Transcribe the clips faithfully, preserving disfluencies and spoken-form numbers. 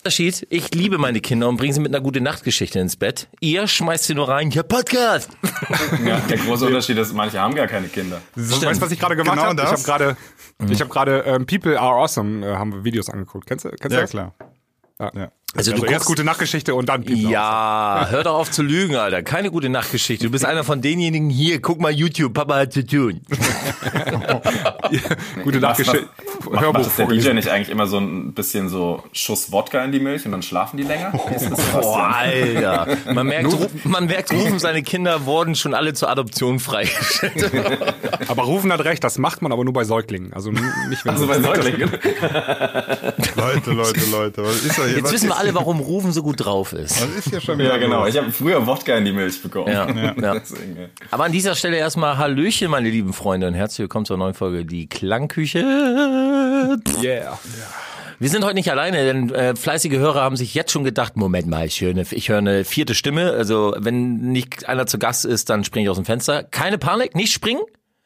Unterschied, ich liebe meine Kinder und bringe sie mit einer gute Nachtgeschichte ins Bett. Ihr schmeißt sie nur rein, ja, Podcast. Ja, der große Unterschied ist, manche haben gar keine Kinder. Weißt du, was ich gerade gemacht Genau habe? Ich das. habe gerade, Mhm. ich habe gerade ähm, People Are Awesome, äh, haben wir Videos angeguckt. Kennst du, kennst du Ja, das? klar. Ja. Ja. Also, Also du erst guckst, gute Nachtgeschichte und dann People Are ja, hör doch auf zu lügen, Alter. Keine gute Nachtgeschichte. Du bist einer von denjenigen hier, guck mal YouTube, Papa hat zu tun. Awesome. Gute Was- Nachtgeschichte. Macht, macht Hörbuch das der D vorgelesen. J nicht eigentlich immer so ein bisschen so Schuss Wodka in die Milch und dann schlafen die länger? Wie ist das, Boah, Sebastian? Alter. Man merkt, Ru- man merkt, Rufen, seine Kinder wurden schon alle zur Adoption freigestellt. Aber Rufen hat recht, das macht man aber nur bei Säuglingen. Also n- nicht, wenn Also bei Säuglingen. Leute, Leute, Leute. Was ist da hier? Jetzt was wissen wir ist, alle, warum Rufen so gut drauf ist. was ist hier schon wieder? Ja, genau. los? Ich habe früher Wodka in die Milch bekommen. Ja, ja. Deswegen, ja. Aber an dieser Stelle erstmal Hallöchen, meine lieben Freunde, und herzlich willkommen zur neuen Folge Die Klangküche. Yeah. Wir sind heute nicht alleine, denn äh, fleißige Hörer haben sich jetzt schon gedacht, Moment mal, ich höre eine, ich höre eine vierte Stimme. Also wenn nicht einer zu Gast ist, dann springe ich aus dem Fenster. Keine Panik, nicht springen.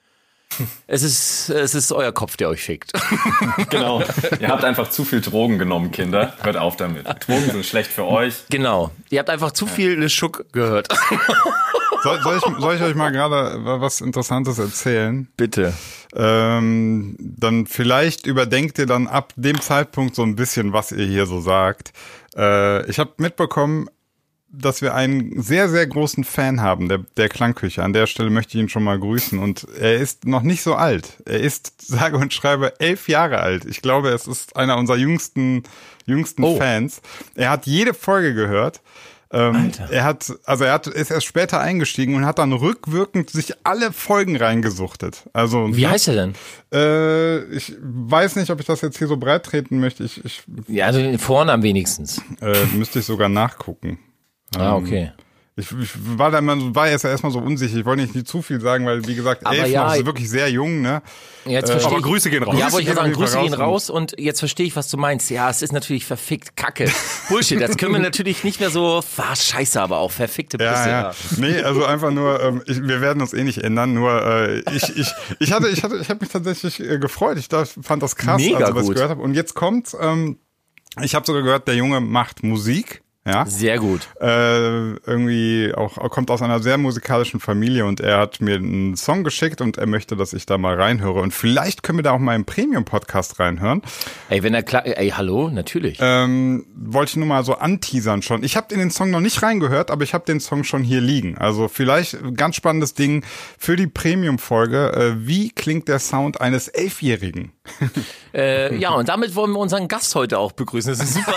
Es ist, es ist euer Kopf, der euch fickt. Genau. Ihr habt einfach zu viel Drogen genommen, Kinder. Hört auf damit. Drogen sind schlecht für euch. Genau. Ihr habt einfach zu viel Schuck gehört. Soll, soll, ich, soll ich euch mal gerade was Interessantes erzählen? Bitte. Ähm, dann vielleicht überdenkt ihr dann ab dem Zeitpunkt so ein bisschen, was ihr hier so sagt. Äh, ich habe mitbekommen, dass wir einen sehr, sehr großen Fan haben, der, der Klangküche. An der Stelle möchte ich ihn schon mal grüßen. Und er ist noch nicht so alt. Er ist, sage und schreibe, elf Jahre alt. Ich glaube, es ist einer unserer jüngsten, jüngsten Oh. Fans. Er hat jede Folge gehört. Ähm, Alter. er hat, also er hat, ist erst später eingestiegen und hat dann rückwirkend sich alle Folgen reingesuchtet. Also, Wie heißt er denn? äh, ich weiß nicht, ob ich das jetzt hier so breit treten möchte. Ich, ich Ja, also den Vornamen wenigstens. äh, müsste ich sogar nachgucken. Ah, okay. Ich, ich war da immer, war jetzt erstmal so unsicher. Ich wollte nicht, nicht zu viel sagen, weil wie gesagt, Aber elf ja, noch, ist wirklich sehr jung, ne? Jetzt Äh, verstehe aber ich. Grüße gehen raus. Ja, wollte ich Grüße sagen, gehen Grüße gehen raus. raus und jetzt verstehe ich, was du meinst. Ja, es ist natürlich verfickt Kacke. Bullshit, jetzt können wir natürlich nicht mehr so, ah, scheiße, aber auch verfickte Ja, Pisse. ja. Nee, also einfach nur, ähm, ich, wir werden uns eh nicht ändern, nur äh, ich, ich, ich hatte, ich hatte, ich habe mich tatsächlich äh, gefreut. Ich da, fand das krass, Mega also, was gut. ich gehört habe. Und jetzt kommt, ähm, ich habe sogar gehört, der Junge macht Musik. Ja, Sehr gut. äh, irgendwie auch kommt aus einer sehr musikalischen Familie und er hat mir einen Song geschickt und er möchte, dass ich da mal reinhöre und vielleicht können wir da auch mal im Premium-Podcast reinhören. Ey, wenn er klar, ey, hallo, natürlich. Ähm, wollte ich nur mal so anteasern schon. Ich habe in den Song noch nicht reingehört, aber ich habe den Song schon hier liegen. Also vielleicht ein ganz spannendes Ding für die Premium-Folge. Äh, wie klingt der Sound eines Elfjährigen? Äh, ja, und damit wollen wir unseren Gast heute auch begrüßen. Das ist super.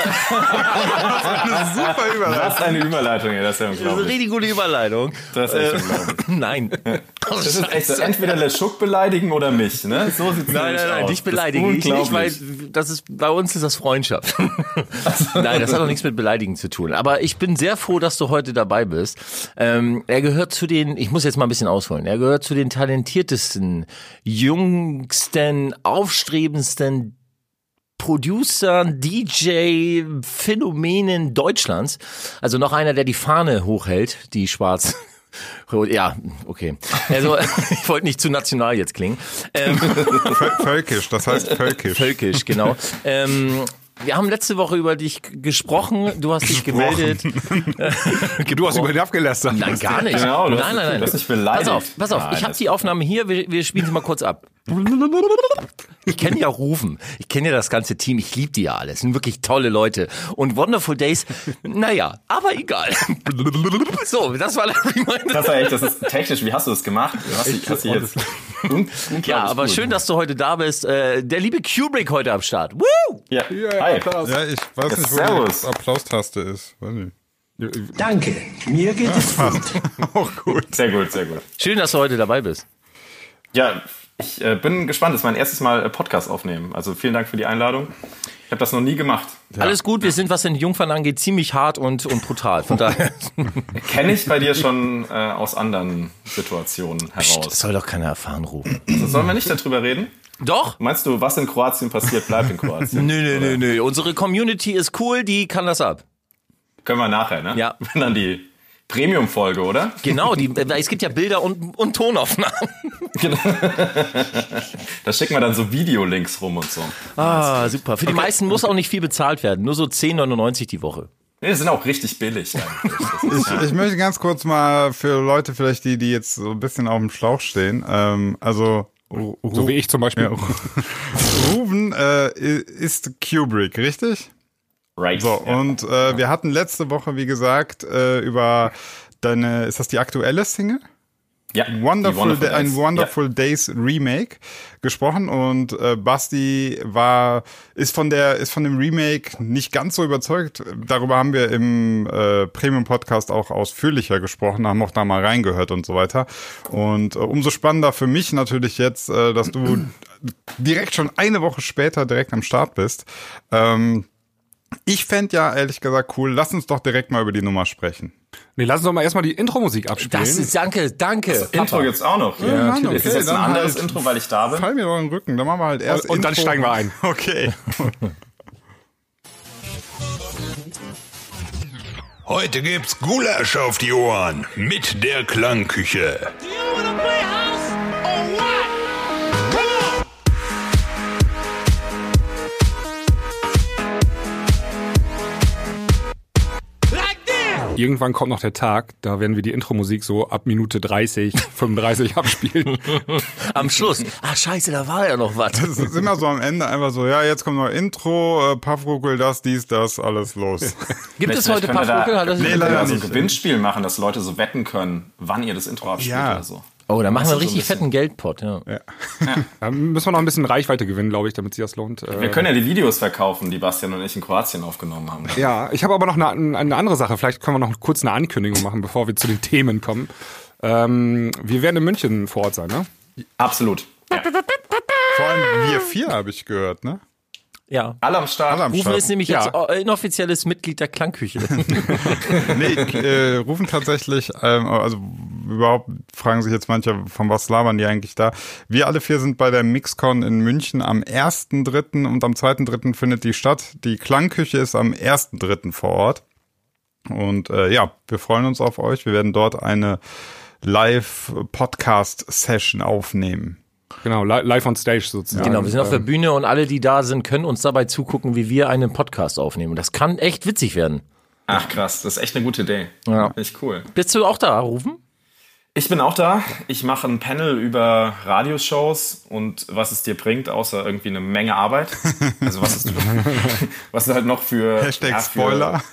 Super Überleitung. Das ist eine Überleitung, ja, das ist ja Das ist eine unglaublich. richtig gute Überleitung. Das ist echt unglaublich. Nein. Das ist echt so, entweder Leschuk beleidigen oder mich, ne? So sieht's Nein, nämlich nein, nein, aus. dich Das ist beleidigen ich nicht, weil unglaublich. das ist, bei uns ist das Freundschaft. Nein, das hat auch nichts mit Beleidigen zu tun. Aber ich bin sehr froh, dass du heute dabei bist. Ähm, er gehört zu den, ich muss jetzt mal ein bisschen ausholen, er gehört zu den talentiertesten, jüngsten, aufstrebendsten Producern, D J-Phänomenen Deutschlands. Also noch einer, der die Fahne hochhält, die schwarz. Ja, okay. Also ich wollte nicht zu national jetzt klingen. Ähm, Völ- Völkisch, das heißt völkisch. Völkisch, genau. Ähm, wir haben letzte Woche über dich g- gesprochen. Du hast dich gemeldet. Du hast über ihn abgelästert. Nein, gar nicht. Genau, du hast- nein, nein, nein. du hast dich beleidigt. Pass auf, pass auf. Nein, ich habe das- die Aufnahme hier. Wir, wir spielen sie mal kurz ab. Ich kenne ja Rufen. Ich kenne ja das ganze Team. Ich liebe die ja alle. Es sind wirklich tolle Leute. Und Wonderful Days, naja, aber egal. So, das war der Reminder. Das war echt, das ist technisch, wie hast du das gemacht? Du hast, dich- hast dich jetzt un- unglaublich Ja, aber gut. schön, dass du heute da bist. Äh, der liebe Kubrick heute am Start. Woo! Ja, hi. Ja, ich weiß nicht, wo Servus. die Applaustaste ist. Weiß nicht. Danke, mir geht es gut. Auch gut. Sehr gut, sehr gut. Schön, dass du heute dabei bist. Ja, ich äh, bin gespannt. Das ist mein erstes Mal äh, Podcast aufnehmen. Also vielen Dank für die Einladung. Ich habe das noch nie gemacht. Alles gut, wir sind, was den Jungfern angeht, ziemlich hart und, und brutal. Von daher. Kenne ich bei dir schon äh, aus anderen Situationen Das heraus. soll doch keiner erfahren, Rufen. Also, sollen wir nicht darüber reden? Doch? Meinst du, was in Kroatien passiert, bleibt in Kroatien? Nö, nö, Oder? nö, nö. Unsere Community ist cool, die kann das ab. Können wir nachher, ne? Ja. Wenn dann die, Premium-Folge, oder? Genau, die, es gibt ja Bilder und, und Tonaufnahmen. Genau. Da schicken wir dann so Videolinks rum und so. Ah, super. Für die okay. meisten muss auch nicht viel bezahlt werden. Nur so zehn neunundneunzig die Woche. Nee, die sind auch richtig billig eigentlich. Ich, ja. ich möchte ganz kurz mal für Leute vielleicht, die, die jetzt so ein bisschen auf dem Schlauch stehen, ähm, also Ru- so wie ich zum Beispiel. Ja, Ruven äh, ist Kubrick, richtig? Right. So, ja. und äh, wir hatten letzte Woche, wie gesagt, äh, über deine, ist das die aktuelle Single? Ja, Wonderful, Wonderful Day, ein Days. Wonderful Ja. Days Remake gesprochen und äh, Basti war ist von der ist von dem Remake nicht ganz so überzeugt. Darüber haben wir im äh, Premium Podcast auch ausführlicher gesprochen, haben auch da mal reingehört und so weiter. Und äh, umso spannender für mich natürlich jetzt, äh, dass du direkt schon eine Woche später direkt am Start bist. Ähm, ich fände ja ehrlich gesagt cool. Lass uns doch direkt mal über die Nummer sprechen. Nee, lass uns doch mal erstmal die Intro-Musik abspielen. Das ist, danke, danke. Das Intro gibt's auch noch. Ja, ja, natürlich. Ist das jetzt ein Okay, anderes halt, Intro, weil ich da bin? Fall mir doch in den Rücken, dann machen wir halt erst Und, und dann Intro. steigen wir ein. Okay. Heute gibt's Gulasch auf die Ohren mit der Klangküche. Irgendwann kommt noch der Tag, da werden wir die Intro-Musik so ab Minute dreißig, fünfunddreißig abspielen. Am Schluss. Ah, scheiße, da war ja noch was. Das ist immer so am Ende einfach so, ja, jetzt kommt noch Intro, äh, Puffruckel, das, dies, das, alles los. Gibt es heute Vielleicht könnt ihr Puffruckel? da- Hat das Nee, nicht- leider Ja, so ein nicht. Gewinnspiel machen, dass Leute so wetten können, wann ihr das Intro abspielt Ja. oder so. Oh, da machen wir einen Das ist so richtig ein bisschen- fetten Geldpot, ja. Da müssen wir noch ein bisschen Reichweite gewinnen, glaube ich, damit sich das lohnt. Wir können ja die Videos verkaufen, die Bastian und ich in Kroatien aufgenommen haben. Ja, ich habe aber noch eine, eine andere Sache. Vielleicht können wir noch kurz eine Ankündigung machen, bevor wir zu den Themen kommen. Ähm, wir werden in München vor Ort sein, ne? Absolut. Ja. Vor allem wir vier habe ich gehört, ne? Ja. Alle am Start. Alle am Rufen Start. ist nämlich Ja. jetzt inoffizielles Mitglied der Klangküche. Nee, äh, rufen tatsächlich, ähm, also überhaupt fragen sich jetzt manche, von was labern die eigentlich da. Wir alle vier sind bei der Mixcon in München am ersten dritten und am zweiten dritten findet die statt. Die Klangküche ist am ersten dritten vor Ort. Und äh, ja, wir freuen uns auf euch. Wir werden dort eine Live-Podcast-Session aufnehmen. Genau, li- live on stage sozusagen. Genau, wir sind auf der Ähm, Bühne und alle, die da sind, können uns dabei zugucken, wie wir einen Podcast aufnehmen. Das kann echt witzig werden. Ach krass, das ist echt eine gute Idee. Ja. Finde ich cool. Bist du auch da, Rufen? Ich bin auch da. Ich mache ein Panel über Radioshows und was es dir bringt, außer irgendwie eine Menge Arbeit. Also was, ist, was du halt noch für... Hashtag ja, für- Spoiler.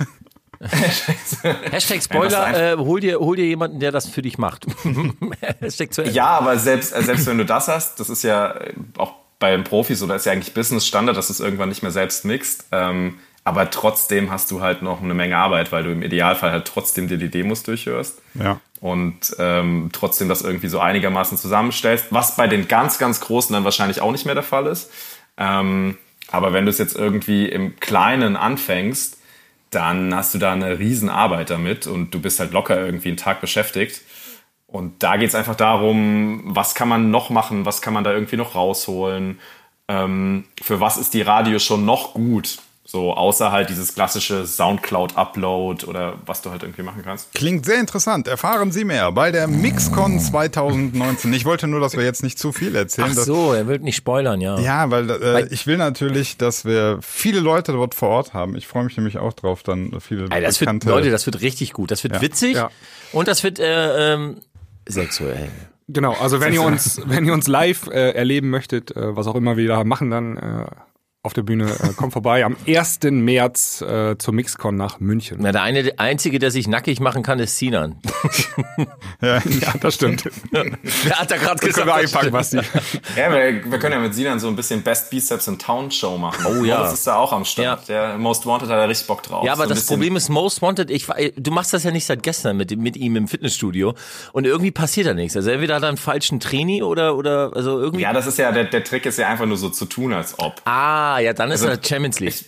Hashtag Spoiler, äh, hol, dir, hol dir jemanden, der das für dich macht. Hashtag zu Ende. Ja, aber selbst, äh, selbst wenn du das hast, das ist ja äh, auch bei den Profis oder ist ja eigentlich Business-Standard, dass du es irgendwann nicht mehr selbst mixt. Ähm, aber trotzdem hast du halt noch eine Menge Arbeit, weil du im Idealfall halt trotzdem dir die Demos durchhörst. Ja. Und ähm, trotzdem das irgendwie so einigermaßen zusammenstellst, was bei den ganz, ganz Großen dann wahrscheinlich auch nicht mehr der Fall ist. Ähm, aber wenn du es jetzt irgendwie im Kleinen anfängst, dann hast du da eine Riesenarbeit damit und du bist halt locker irgendwie einen Tag beschäftigt. Und da geht es einfach darum, was kann man noch machen, was kann man da irgendwie noch rausholen, ähm, für was ist die Radio schon noch gut, so außer halt dieses klassische Soundcloud-Upload oder was du halt irgendwie machen kannst. Klingt sehr interessant. Erfahren Sie mehr bei der Mixcon zwanzig neunzehn. Ich wollte nur, dass wir jetzt nicht zu viel erzählen. Ach dass- so, er will nicht spoilern, ja. Ja, weil, äh, Weil- ich will natürlich, dass wir viele Leute dort vor Ort haben. Ich freue mich nämlich auch drauf, dann viele Ey, das wird, bekannte... Leute, das wird richtig gut. Das wird Ja. witzig Ja. und das wird äh, ähm, sexuell. Genau, also wenn ihr uns, wenn ihr uns live äh, erleben möchtet, äh, was auch immer wir da machen, dann äh, auf der Bühne, äh, kommt vorbei am ersten März äh, zur Mixcon nach München. Na, der eine, der Einzige, der sich nackig machen kann, ist Sinan. Ja. Ja, das stimmt. Der hat da gerade Das gesagt. können wir das einpacken, stimmt. Basti. Ja, wir, wir können ja mit Sinan so ein bisschen Best Biceps in Town Show machen. Oh ja. Das ist da auch am Start. Der Most Wanted hat da richtig Bock drauf. Ja, aber so ein das bisschen- Problem ist, Most Wanted, ich, du machst das ja nicht seit gestern mit, mit ihm im Fitnessstudio und irgendwie passiert da nichts. Also entweder hat er einen falschen Traini oder, oder also irgendwie. Ja, das ist ja, der, der Trick ist ja einfach nur so zu tun, als ob. Ah, ja, dann ist Also, er Champions League. Ich,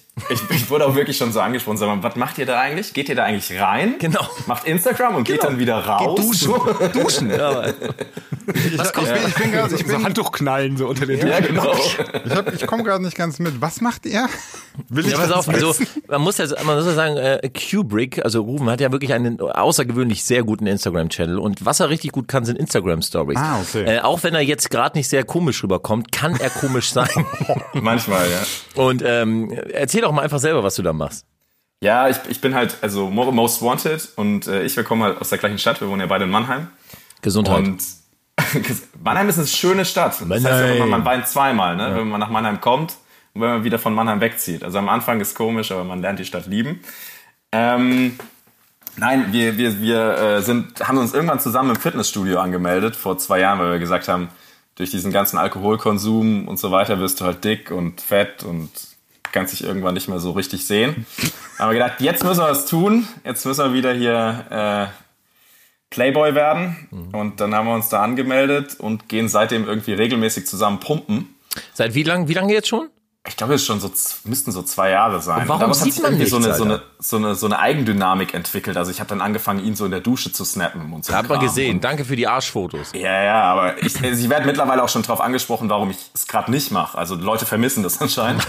Ich, ich wurde auch wirklich schon so angesprochen, sag mal, was macht ihr da eigentlich? Geht ihr da eigentlich rein? Genau. Macht Instagram und geht dann wieder raus? Geht duschen. duschen. Ja. Ich, ich, bin, ich bin gerade, ich bin, So Handtuch knallen so unter den Ja, genau. ich, hab- ich komme gerade nicht ganz mit. Was macht ihr? Will ich Ja, pass das auf, also wissen? man muss ja, man muss ja sagen, äh, Kubrick, also Ruben hat ja wirklich einen außergewöhnlich sehr guten Instagram-Channel und was er richtig gut kann, sind Instagram-Stories. Ah, okay. Äh, auch wenn er jetzt gerade nicht sehr komisch rüberkommt, kann er komisch sein. Manchmal, ja. Und ähm, erzähl doch mal einfach selber, was du da machst. Ja, ich, ich bin halt, also Most Wanted und äh, ich, wir kommen halt aus der gleichen Stadt, wir wohnen ja beide in Mannheim. Gesundheit. Und Mannheim ist eine schöne Stadt. Das heißt ja immer, man weint zweimal, ne? Wenn man nach Mannheim kommt und wenn man wieder von Mannheim wegzieht. Also am Anfang ist komisch, aber man lernt die Stadt lieben. Ähm, nein, wir, wir, wir äh, sind, haben uns irgendwann zusammen im Fitnessstudio angemeldet, vor zwei Jahren, weil wir gesagt haben, durch diesen ganzen Alkoholkonsum und so weiter wirst du halt dick und fett und kannst dich irgendwann nicht mehr so richtig sehen. Da haben wir gedacht, jetzt müssen wir was tun. Jetzt müssen wir wieder hier äh, Playboy werden. Und dann haben wir uns da angemeldet und gehen seitdem irgendwie regelmäßig zusammen pumpen. Seit wie lang, wie lange jetzt schon? Ich glaube, es schon so, müssten so zwei Jahre sein. Und warum Daraus hat sieht sich man irgendwie so, nichts, eine, so, eine, Alter? so, eine, so eine Eigendynamik entwickelt. Also ich habe dann angefangen, ihn so in der Dusche zu snappen und so. Hat man Kram. gesehen. Und, Danke für die Arschfotos. ja, ja, aber ich, ich werde mittlerweile auch schon drauf angesprochen, warum ich es gerade nicht mache. Also Leute vermissen das anscheinend.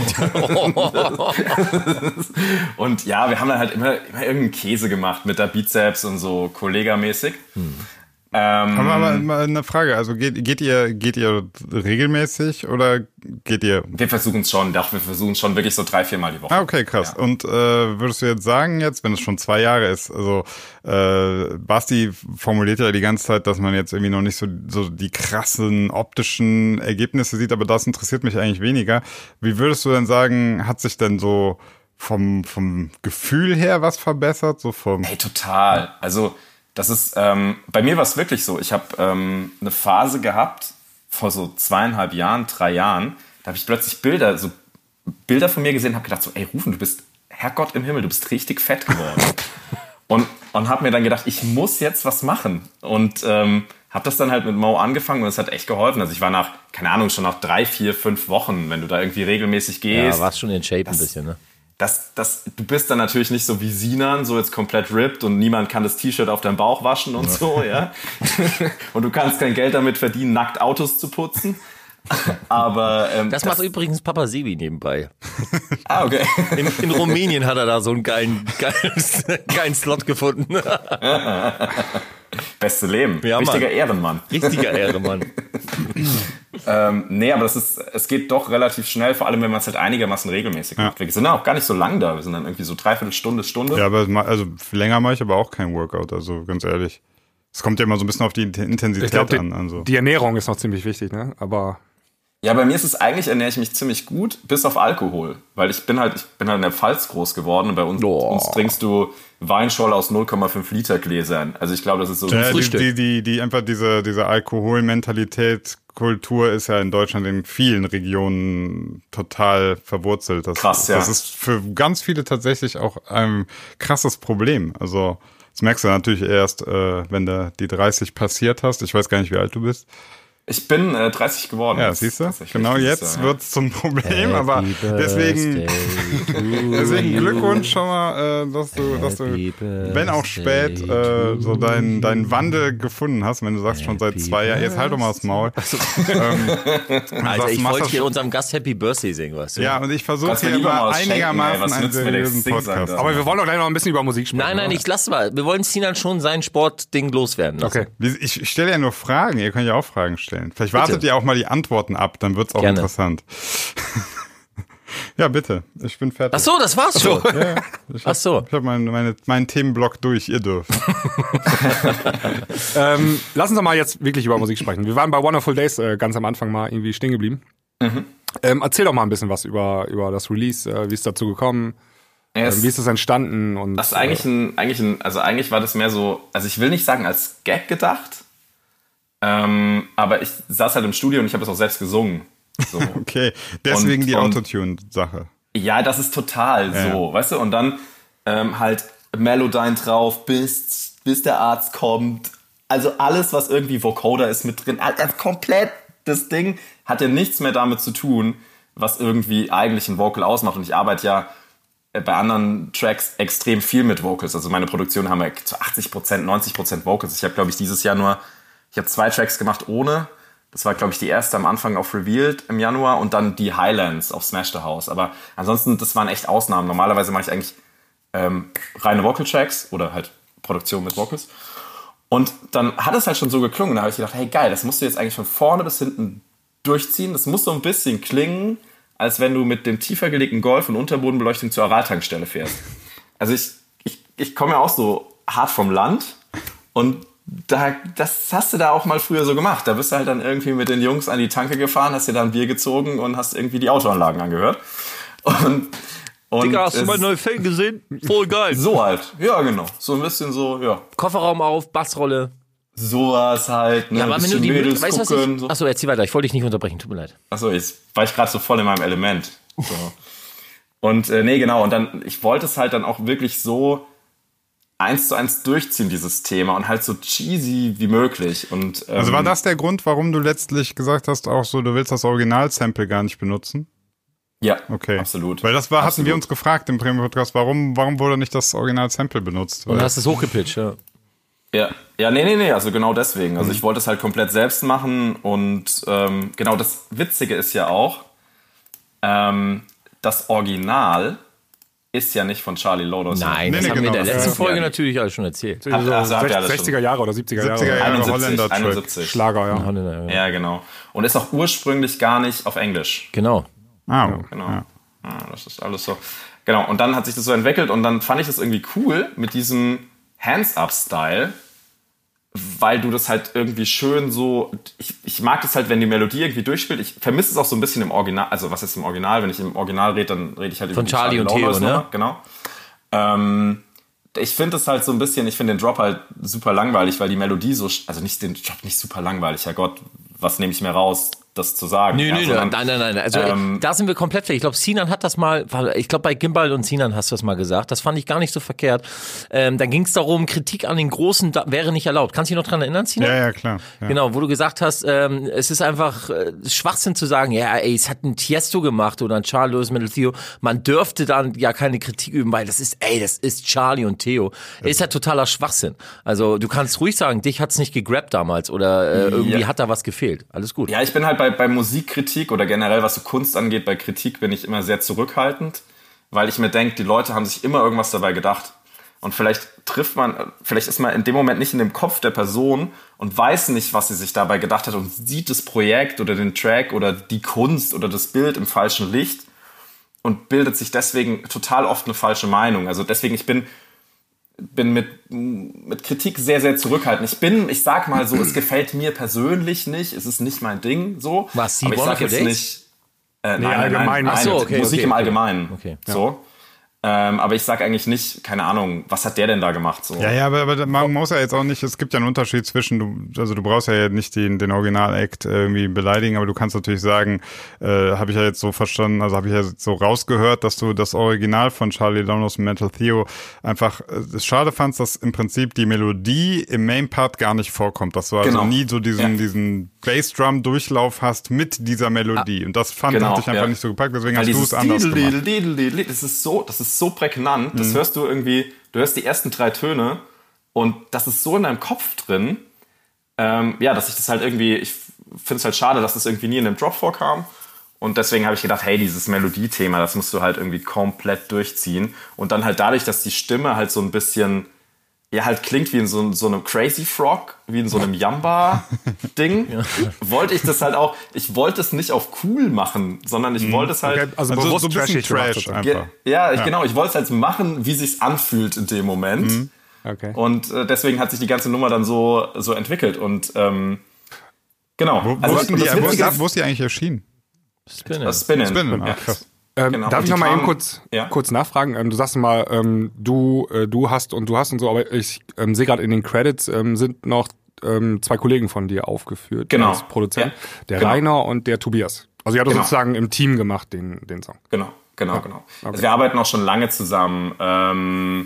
Und ja, wir haben dann halt immer, immer irgendeinen Käse gemacht mit der Bizeps und so kollegamäßig. Hm. Ähm, Aber mal, mal eine Frage, also geht, geht ihr geht ihr regelmäßig oder geht ihr... wir versuchen es schon, doch, wir versuchen schon wirklich so drei, vier Mal die Woche. Ah, okay, krass. Ja. Und äh, würdest du jetzt sagen jetzt, wenn es schon zwei Jahre ist, also äh, Basti formuliert ja die ganze Zeit, dass man jetzt irgendwie noch nicht so, so die krassen optischen Ergebnisse sieht, aber das interessiert mich eigentlich weniger. Wie würdest du denn sagen, hat sich denn so vom, vom Gefühl her was verbessert? So vom Hey, total. Also das ist, ähm, bei mir war es wirklich so. Ich habe ähm, eine Phase gehabt, vor so zweieinhalb Jahren, drei Jahren, da habe ich plötzlich Bilder, so Bilder von mir gesehen, habe gedacht so, ey Rufen, du bist, Herrgott im Himmel, du bist richtig fett geworden. und und habe mir dann gedacht, ich muss jetzt was machen. Und ähm, habe das dann halt mit Mo angefangen und es hat echt geholfen. Also ich war nach, keine Ahnung, schon nach drei, vier, fünf Wochen, wenn du da irgendwie regelmäßig gehst. Ja, warst schon in Shape ein bisschen, ne? Das, das, du bist dann natürlich nicht so wie Sinan, so jetzt komplett ripped und niemand kann das T-Shirt auf deinem Bauch waschen und so, ja. Und du kannst kein Geld damit verdienen, nackt Autos zu putzen. Aber ähm, Das, das macht übrigens Papa Sebi nebenbei. Ah, okay. In, in Rumänien hat er da so einen geilen, geilen, geilen Slot gefunden. Beste Leben. Ja, Richtiger Mann. Ehrenmann. Richtiger Ehrenmann. Ähm, nee, aber das ist, es geht doch relativ schnell, vor allem wenn man es halt einigermaßen regelmäßig macht. Wir sind dann auch gar nicht so lang da. Wir sind dann irgendwie so dreiviertel Stunde, Stunde. Ja, aber ma- also länger mache ich aber auch kein Workout, also ganz ehrlich. Es kommt ja immer so ein bisschen auf die Int- Intensität Ich glaube, an. die, Also. die Ernährung ist noch ziemlich wichtig, ne? Aber Ja, bei mir ist es eigentlich, ernähre ich mich ziemlich gut, bis auf Alkohol. Weil ich bin halt, ich bin halt in der Pfalz groß geworden und bei uns, Oh. uns trinkst du Weinscholle aus null Komma fünf Liter Gläsern. Also ich glaube, das ist so Ja, die, Frühstück. die, die, die einfach diese, diese Alkoholmentalität, Kultur ist ja in Deutschland in vielen Regionen total verwurzelt. Das, Krass, ja. Das ist für ganz viele tatsächlich auch ein krasses Problem. Also das merkst du natürlich erst, äh, wenn du die dreißig passiert hast. Ich weiß gar nicht, wie alt du bist. Ich bin äh, dreißig geworden. Ja, jetzt, siehst du? tatsächlich. Genau Das ist, jetzt äh, wird's zum Problem, aber deswegen, deswegen Glückwunsch schon mal, äh, dass du, dass du, Happy wenn auch spät, äh, so deinen deinen Wandel gefunden hast, wenn du sagst schon seit zwei Jahren, jetzt halt doch mal das Maul. ähm, und Also sagst, ich machst wollte das- hier unserem Gast Happy Birthday singen, weißt du? ja, und ich versuche Kannst du hier lieber mal mal was schenken, ey, einigermaßen was einen nützt mir der seriösen Sing-Sang Podcast. da? aber wir wollen doch gleich noch ein bisschen über Musik sprechen. Nein, nein, oder? ich lass mal. Wir wollen Sinan schon sein Sportding loswerden lassen. Okay. Wie- Ich, ich stelle ja nur Fragen, ihr könnt ja auch Fragen stellen. Vielleicht wartet ihr auch mal die Antworten ab, dann wird's auch Gerne. interessant. Ja, bitte, ich bin fertig. Ach so, das war's schon. Ja, ich Ach hab, so. Ich habe mein, meine, meinen Themenblock durch, ihr dürft. Ähm, lass uns doch mal jetzt wirklich über Musik sprechen. Wir waren bei Wonderful Days äh, ganz am Anfang mal irgendwie stehen geblieben. Ähm, erzähl doch mal ein bisschen was über, über das Release, äh, wie ist dazu gekommen, Ja, es- ähm, wie ist das entstanden und Das ist eigentlich ein, eigentlich ein, also eigentlich war das mehr so, also ich will nicht sagen als Gag gedacht, ähm, aber ich saß halt im Studio und ich habe es auch selbst gesungen. So. Okay, deswegen Und- die und- Autotune-Sache. Ja, das ist total so, weißt du, und dann ähm, halt Melodyne drauf, bis, bis der Arzt kommt, also alles, was irgendwie Vocoder ist mit drin, also komplett das Ding hat ja nichts mehr damit zu tun, was irgendwie eigentlich ein Vocal ausmacht und ich arbeite ja bei anderen Tracks extrem viel mit Vocals. Also meine Produktion haben wir zu achtzig Prozent, neunzig Prozent Vocals. Ich habe, glaube ich, dieses Jahr nur, ich habe zwei Tracks gemacht ohne. Das war, glaube ich, die erste am Anfang auf Revealed im Januar und dann die Highlands auf Smash the House. Aber ansonsten, das waren echt Ausnahmen. Normalerweise mache ich eigentlich ähm, reine Vocal-Tracks oder halt Produktion mit Vocals. Und dann hat es halt schon so geklungen. Da habe ich gedacht, hey geil, das musst du jetzt eigentlich von vorne bis hinten durchziehen. Das muss so ein bisschen klingen, als wenn du mit dem tiefer gelegten Golf und Unterbodenbeleuchtung zur Araltankstelle fährst. Also ich, ich, ich komme ja auch so hart vom Land und Da, das hast du da auch mal früher so gemacht. Da bist du halt dann irgendwie mit den Jungs an die Tanke gefahren, hast dir dann ein Bier gezogen und hast irgendwie die Autoanlagen angehört. Und, und Digga, hast du mal neue Felgen gesehen? Voll geil. So halt. Ja, genau. So ein bisschen so, ja. Kofferraum auf, Bassrolle. Sowas halt, ne? Ja, aber wenn du die Mädels weißt, was gucken. ich, So. Achso, erzähl weiter. Ich wollte dich nicht unterbrechen. Tut mir leid. Achso, jetzt war ich gerade so voll in meinem Element. So. Und äh, nee, genau. Und dann, ich wollte es halt dann auch wirklich so eins zu eins durchziehen, dieses Thema, und halt so cheesy wie möglich. Und, ähm, also war das der Grund, warum du letztlich gesagt hast, auch so, du willst das Original-Sample gar nicht benutzen? Ja, okay. Absolut. Weil das war, absolut. hatten wir uns gefragt im Premium-Podcast, warum, warum wurde nicht das Original-Sample benutzt? Und Weil hast es hochgepitcht, ja. Ja, ja, nee, nee, nee, also genau deswegen. Also ich wollte es halt komplett selbst machen und ähm, genau das Witzige ist ja auch, ähm, das Original ist ja nicht von Charlie Lodos. Nein, Nee, das nee, haben wir in genau, der das letzten ist- Folge ja. natürlich alles schon erzählt. Ach, ach, so, habt ihr alles schon. sechziger Jahre oder siebziger Jahre. siebziger Jahre einundsiebzig, Holländer-Track. einundsiebzig. Schlager, ja. Ja. Ja, genau. Und ist auch ursprünglich gar nicht auf Englisch. Genau. Ah, Genau. ja. Ja, das ist alles so. Genau, und dann hat sich das so entwickelt und dann fand ich das irgendwie cool mit diesem Hands-Up-Style, weil du das halt irgendwie schön so, ich, ich mag das halt, wenn die Melodie irgendwie durchspielt. Ich vermisse es auch so ein bisschen im Original, also was ist im Original? Wenn ich im Original rede, dann rede ich halt Von über die Charlie und Lonos Theo, ne? Nummer. Genau. Ähm, ich finde es halt so ein bisschen, ich finde den Drop halt super langweilig, weil die Melodie so, also nicht den Drop nicht super langweilig, Herrgott, was nehme ich mir raus, das zu sagen? Nö, ja, nö, sondern, nein, nein, nein. Also ähm, da sind wir komplett weg. Ich glaube, Sinan hat das mal, ich glaube, bei Gimbal und Sinan hast du das mal gesagt. Das fand ich gar nicht so verkehrt. Ähm, da ging es darum, Kritik an den Großen da, wäre nicht erlaubt. Kannst du dich noch dran erinnern, Sinan? Ja, ja, klar. Ja. Genau, wo du gesagt hast, ähm, es ist einfach äh, Schwachsinn zu sagen, ja, ey, es hat ein Tiesto gemacht oder ein Charlie Lewis mit Theo. Man dürfte dann ja keine Kritik üben, weil das ist, ey, das ist Charlie und Theo. Ja. Ist ja totaler Schwachsinn. Also du kannst ruhig sagen, dich hat's nicht gegrabt damals oder äh, irgendwie Ja. hat da was gefehlt. Alles gut. Ja, ich bin halt bei, bei Musikkritik oder generell, was so Kunst angeht, bei Kritik bin ich immer sehr zurückhaltend, weil ich mir denke, die Leute haben sich immer irgendwas dabei gedacht. Und vielleicht trifft man, vielleicht ist man in dem Moment nicht in dem Kopf der Person und weiß nicht, was sie sich dabei gedacht hat und sieht das Projekt oder den Track oder die Kunst oder das Bild im falschen Licht und bildet sich deswegen total oft eine falsche Meinung. Also deswegen, ich bin bin mit, mit Kritik sehr, sehr zurückhaltend. Ich bin, ich sag mal so, es gefällt mir persönlich nicht, es ist nicht mein Ding, so. Was, die aber ich One sag of Your jetzt Days? nicht, äh, Nee, nein, nein, allgemein. nein, Ach so, okay, Musik okay, im okay. Allgemeinen, Okay. so. Ähm, aber ich sag eigentlich nicht, keine Ahnung, was hat der denn da gemacht, so. Ja, ja, aber, aber man muss ja jetzt auch nicht, es gibt ja einen Unterschied zwischen, du, also du brauchst ja nicht den, den Original-Act irgendwie beleidigen, aber du kannst natürlich sagen, äh, habe ich ja jetzt so verstanden, also habe ich ja so rausgehört, dass du das Original von Charlie Lonos und Mental Theo einfach äh, schade fandst, dass im Prinzip die Melodie im Main-Part gar nicht vorkommt, dass du also Genau. nie so diesen, Ja. diesen Bassdrum-Durchlauf hast mit dieser Melodie. Und das fand, Genau, hat dich einfach ja. nicht so gepackt, deswegen Weil hast du dieses es anders Didel, gemacht. Didel, Didel, Didel, das ist so, das ist so prägnant, das hörst du irgendwie, du hörst die ersten drei Töne und das ist so in deinem Kopf drin, ähm, ja, dass ich das halt irgendwie, ich finde es halt schade, dass das irgendwie nie in einem Drop vorkam und deswegen habe ich gedacht, hey, dieses Melodiethema, das musst du halt irgendwie komplett durchziehen und dann halt dadurch, dass die Stimme halt so ein bisschen, ja, halt klingt wie in so, so einem Crazy Frog, wie in so einem Jamba-Ding, wollte ich das halt auch, ich wollte es nicht auf cool machen, sondern ich wollte es halt... Okay, also, Also bewusst so ein bisschen trashig gemacht Trash sozusagen. einfach. Ja, ich, genau, ich wollte es halt machen, wie sich's anfühlt in dem Moment. Okay. Und äh, deswegen hat sich die ganze Nummer dann so, so entwickelt. Und ähm, genau. Wo, wo, Also, ist denn und die, das wo, Witzige ist, wo ist die eigentlich erschienen? Spinnen. das Spinnen. Spinnen, ah, Ja. krass. Ähm, Genau. Darf Und ich die noch mal eben kamen- kurz, Ja. kurz nachfragen? Ähm, du sagst mal, ähm, du, äh, du hast und du hast und so, aber ich ähm, sehe gerade in den Credits ähm, sind noch ähm, zwei Kollegen von dir aufgeführt Genau. als Produzent, Ja. der Genau. Rainer und der Tobias. Also ihr habt das Genau. sozusagen im Team gemacht, den, den Song. Genau, genau, genau. Also wir arbeiten auch schon lange zusammen. Ähm,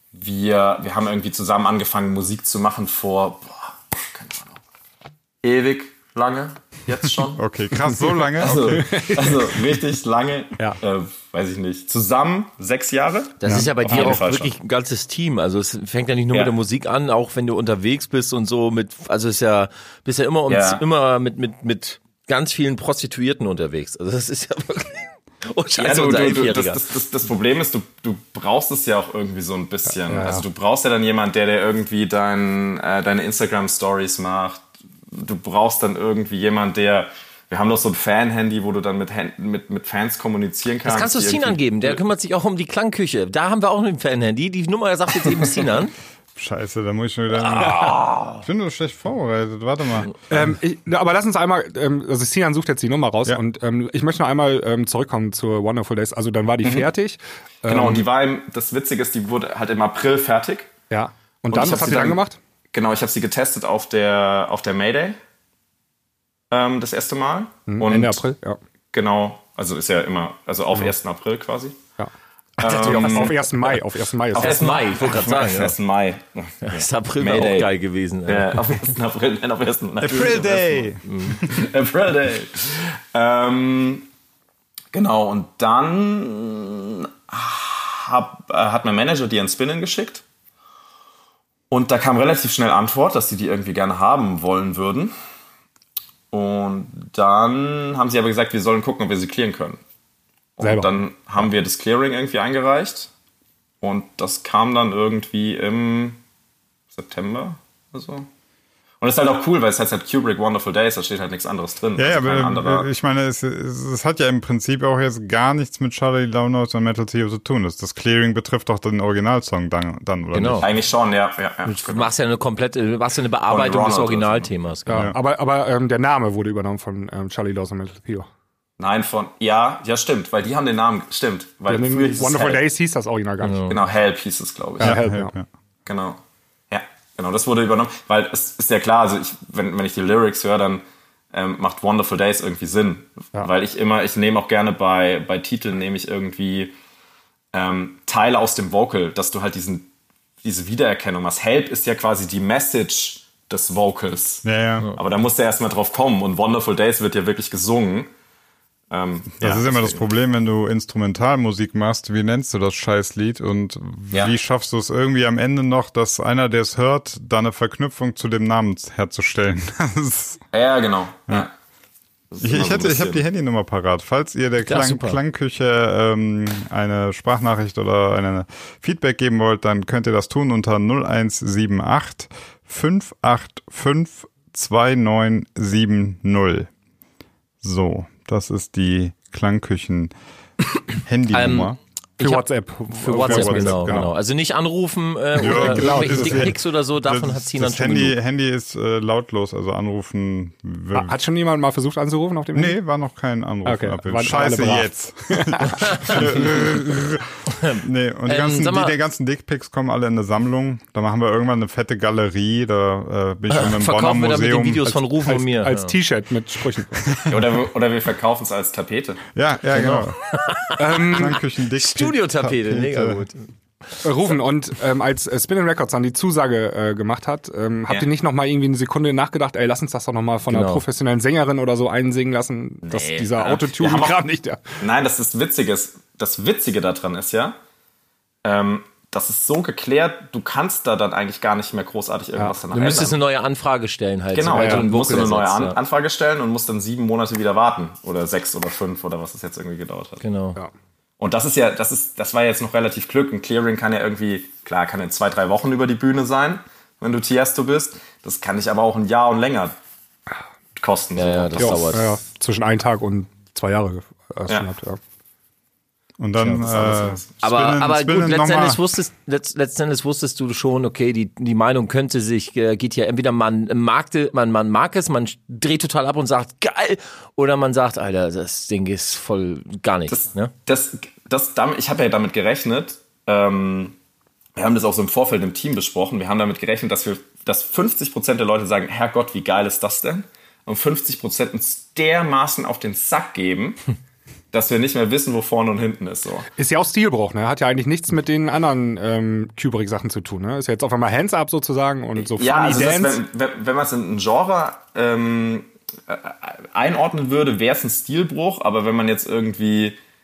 wir, wir haben irgendwie zusammen angefangen, Musik zu machen vor, boah, keine Ahnung, ewig lange, jetzt schon. Okay, krass, so lange? Also, Okay. also richtig lange. Ja. Äh, weiß ich nicht, zusammen sechs Jahre. Das ja, ist ja bei dir auch wirklich schon. ein ganzes Team. Also es fängt ja nicht nur ja. mit der Musik an, auch wenn du unterwegs bist und so mit, also es ist ja, bist ja immer, um, ja. immer mit, mit, mit ganz vielen Prostituierten unterwegs. Also das ist ja wirklich... Oh, scheiße, also, unser du, du, das, Elfjähriger. das, das, das Problem ist, du, du brauchst es ja auch irgendwie so ein bisschen. Ja, ja. Also du brauchst ja dann jemand, der dir irgendwie dein, äh, deine Instagram-Stories macht. Du brauchst dann irgendwie jemand, der... Wir haben doch so ein Fan-Handy, wo du dann mit, mit, mit Fans kommunizieren kannst. Das kannst du Sinan geben, der kümmert sich auch um die Klangküche. Da haben wir auch ein Fan-Handy. Die Nummer sagt jetzt eben Sinan. Scheiße, da muss ich schon wieder... Ah. Ich bin nur schlecht vorbereitet, warte mal. Ähm, ich, aber lass uns einmal, ähm, also Sinan sucht jetzt die Nummer raus ja. und ähm, ich möchte noch einmal ähm, zurückkommen zur Wonderful Days. Also dann war die mhm. fertig. Genau, ähm, und die war im, das Witzige ist, die wurde halt im April fertig. Ja, und, und dann, was habt ihr dann gemacht? Genau, ich habe sie getestet auf der, auf der Mayday. Ähm, das erste Mal. Mhm, und Ende April, ja. Genau, also ist ja immer, also auf ja. ersten April quasi. Ja. Ähm, auf ersten Mai, auf ersten Mai. Ist auf ersten Mai, ich wollte gerade sagen. Auf ersten Mai. Ja, ist April auch geil gewesen. Ja, auf ersten April, nein, auf ersten April Day. April Day. Ähm, genau, und dann hab, hat mein Manager die an Spinnen geschickt. Und da kam relativ schnell Antwort, dass sie die irgendwie gerne haben wollen würden. Und dann haben sie aber gesagt, wir sollen gucken, ob wir sie clearen können. Und Selber. dann haben wir das Clearing irgendwie eingereicht. Und das kam dann irgendwie im September oder so. Und das ist halt auch cool, weil es heißt halt Kubrick Wonderful Days, da steht halt nichts anderes drin. Ja, also aber anderer. ich meine, es, es, es hat ja im Prinzip auch jetzt gar nichts mit Charlie Lowndes und Metal Theo zu tun. Das, das Clearing betrifft doch den Originalsong dann, dann oder genau. nicht? Eigentlich schon, ja. ja, ja. Du machst ja eine komplette, du machst ja eine Bearbeitung des Originalthemas. Ja, Ja. Aber, aber ähm, der Name wurde übernommen von ähm, Charlie Laws und Metal Theo. Nein, von, ja, ja, stimmt, weil die haben den Namen, stimmt. Weil Ja, früher hieß es Wonderful Help. Days hieß das Original gar nicht. Genau. Genau, Help hieß es, glaube ich. Ja, Ja. Help, Ja, ja. ja. Genau. Ja, genau, das wurde übernommen, weil es ist ja klar, also ich, wenn, wenn ich die Lyrics höre, dann ähm, macht Wonderful Days irgendwie Sinn. Ja. Weil ich immer, ich nehme auch gerne bei, bei Titeln, nehme ich irgendwie ähm, Teile aus dem Vocal, dass du halt diesen, diese Wiedererkennung hast. Help ist ja quasi die Message des Vocals. Ja, ja. Aber da musst du ja erstmal drauf kommen und Wonderful Days wird ja wirklich gesungen. Ähm, Das ja, ist immer das deswegen. Problem, wenn du Instrumentalmusik machst. Wie nennst du das Scheißlied und Ja. wie schaffst du es irgendwie am Ende noch, dass einer, der es hört, da eine Verknüpfung zu dem Namen herzustellen? Das ist, Ja, genau. Ja. Das ist ich immer ich, so ein hätte, ich habe bisschen- die Handynummer parat. Falls ihr der Ja, Klang, super. Klangküche ähm, eine Sprachnachricht oder eine Feedback geben wollt, dann könnt ihr das tun unter null eins sieben acht fünf acht fünf zwei neun sieben null. So, das ist die Klangküchen-Handynummer. Für Ich hab- WhatsApp. Für WhatsApp, WhatsApp, genau, genau. genau. Also nicht anrufen äh, Ja, oder genau, irgendwelche das ist- Dickpics oder so, davon das, hat Sinan das schon Handy, genug. Handy ist äh, lautlos, also anrufen. w- Hat schon jemand mal versucht anzurufen auf dem Handy? Nee, war noch kein Anruf. Okay, Abbild. waren Scheiße alle brav. jetzt. nee, und die Ähm, ganzen, sag mal- die, die ganzen Dickpics kommen alle in eine Sammlung. Da machen wir irgendwann eine fette Galerie. Da äh, bin ich schon im Bonner Verkaufen wir dann mit den Museum. Videos von Rufen Als, und mir. als ja. T-Shirt mit Sprüchen. Oder, wir- oder wir verkaufen es als Tapete. Ja, ja, genau. Klangküchen Dickpic. Studiotapete, mega gut. Äh, Rufen, und ähm, als äh, Spinning Records dann die Zusage äh, gemacht hat, ähm, habt Ja. ihr nicht noch mal irgendwie eine Sekunde nachgedacht, ey, lass uns das doch noch mal von einer Genau. professionellen Sängerin oder so einsingen lassen, dass Nee. dieser Ja. Autotune Wir haben auch- gerade nicht der... Nein, das ist Witziges. Das Witzige daran ist ja, ähm, das ist so geklärt, du kannst da dann eigentlich gar nicht mehr großartig irgendwas danach Du müsstest ändern. eine neue Anfrage stellen halt. Genau, sobald ja, du einen du musst Vocal eine neue ersetzt, An ja. Anfrage stellen und musst dann sieben Monate wieder warten. Oder sechs oder fünf oder was es jetzt irgendwie gedauert hat. Genau. Ja. Und das ist ja, das ist, das war jetzt noch relativ Glück. Ein Clearing kann ja irgendwie, klar, kann in zwei, drei Wochen über die Bühne sein, wenn du Tiesto bist. Das kann dich aber auch ein Jahr und länger kosten. Ja, ja, das Ja, dauert. ja, ja, zwischen ein Tag und zwei Jahre. Äh, Ja. schon habt, ja. Und dann das ist alles äh, Aber, spinnen- aber spinnen gut, noch letztendlich mal. wusstest, letzt, letztendlich wusstest du schon, okay, die, die Meinung könnte sich, äh, geht ja entweder man mag, man, man mag es, man dreht total ab und sagt, geil, oder man sagt, Alter, das Ding ist voll gar nichts. Das, Ne? das, das, damit, ich habe ja damit gerechnet, ähm, wir haben das auch so im Vorfeld im Team besprochen, wir haben damit gerechnet, dass wir, dass fünfzig Prozent der Leute sagen, Herrgott, wie geil ist das denn? Und fünfzig Prozent uns dermaßen auf den Sack geben, dass wir nicht mehr wissen, wo vorne und hinten ist. So. Ist ja auch Stilbruch, ne? Hat ja eigentlich nichts mit den anderen ähm, Kubrick-Sachen zu tun, ne? Ist ja jetzt auf einmal Hands Up sozusagen und so Ja, Funny also das, Dance. wenn, wenn, wenn man es in ein Genre ähm, äh, einordnen würde, wäre es ein Stilbruch, aber wenn man jetzt irgendwie